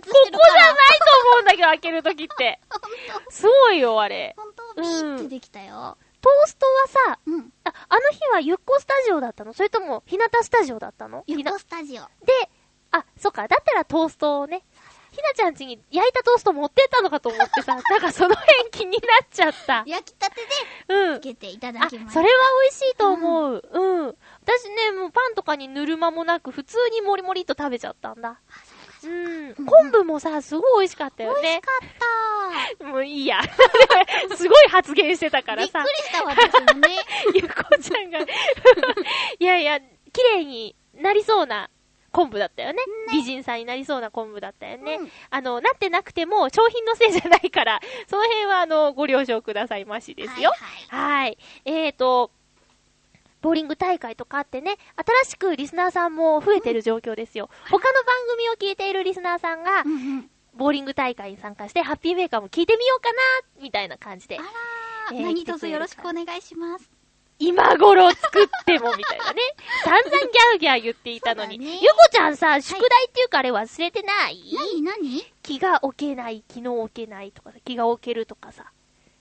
ここじゃないと思うんだけど、開けるときって。すごいよ、あれ。 ほんと、ビーってできたよ。 トーストはさ、あの日はゆっこスタジオだったの？それとも、ひなたスタジオだったの？ ゆっこスタジオ。 で、そっか、だったらトーストをね、ひなちゃん家に焼いたトースト持ってったのかと思ってさ、なんかその辺気になっちゃった。 焼きたてで、つけていただきます。 それは美味しいと思う。私ね、もうパンとかに塗る間もなく、普通にもりもりっと食べちゃったんだ。昆布もさ、すごい美味しかったよね。 美味しかった。 もういいや。すごい発言してたからさ。 びっくりした私もね。 ゆっこちゃんが。いやいや、綺麗になりそうな昆布だったよね。美人さんになりそうな昆布だったよね。なってなくても商品のせいじゃないから、その辺はご了承くださいましですよ。はい。ボーリング大会とかあってね、新しくリスナーさんも増えてる状況ですよ。他の番組を聞いているリスナーさんが、ボーリング大会に参加して、ハッピーメーカーも聞いてみようかな、みたいな感じで。 何卒よろしくお願いします。 今頃作ってもみたいなね。散々ギャーギャー言っていたのに。ゆこちゃんさ、宿題っていうかあれ忘れてない？ 何気が置けない、気の置けないとかさ、気が置けるとかさ。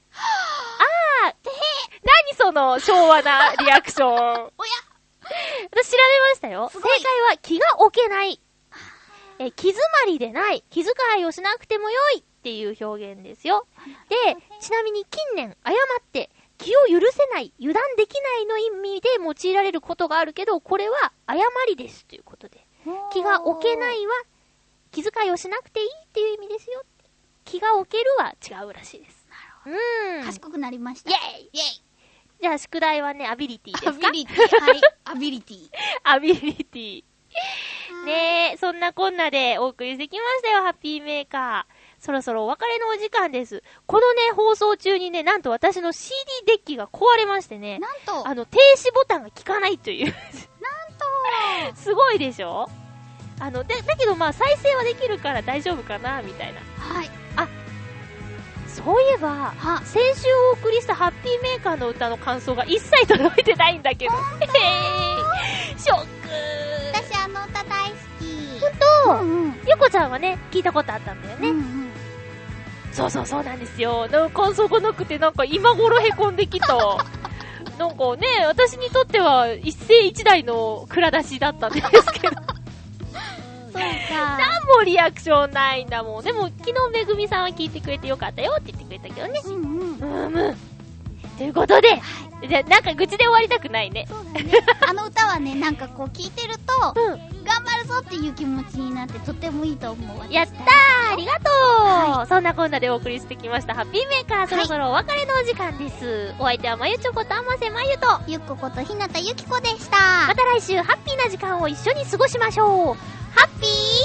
何その昭和なリアクション。おや私調べましたよ。正解は気が置けない。気詰まりでない。気遣いをしなくてもよいっていう表現ですよ。で、ちなみに近年誤って気を許せない、油断できないの意味で用いられることがあるけど、これは誤りですということで。気が置けないは気遣いをしなくていいっていう意味ですよ。気が置けるは違うらしいです。 なるほど。賢くなりました。 イェイじゃあ宿題はね、アビリティですか？ アビリティ。はい。アビリティ。 アビリティ。ねえ、そんなこんなでお送りしてきましたよ、ハッピーメーカー。そろそろお別れのお時間です。このね、放送中にね、なんと私の CD デッキが壊れましてね。 なんと停止ボタンが効かないという。 なんとすごいでしょ？だけどまあ再生はできるから大丈夫かな、みたいな。 はい。 そういえば、先週お送りしたハッピーメーカーの歌の感想が一切届いてないんだけど。ショック。 私あの歌大好き。 ほんと？ゆこちゃんはね、聞いたことあったんだよね。そうなんですよ。感想がなくてなんか今頃凹んできた。なんかね、私にとっては一世一代の蔵出しだったんですけど。 そうか。 何もリアクションないんだもん。でも昨日めぐみさんは聞いてくれてよかったよって言ってくれたけどね。ということで、じゃなんか愚痴で終わりたくないね。 そうだね。あの歌はね、なんかこう聞いてると、頑張るぞっていう気持ちになってとてもいいと思うわ。 やったー、ありがとう、そんなこんなでお送りしてきましたハッピーメーカー、そろそろお別れのお時間です。お相手はまゆちょことあませまゆとゆっこことひなたゆきこでした。 また来週ハッピーな時間を一緒に過ごしましょう。ハッピー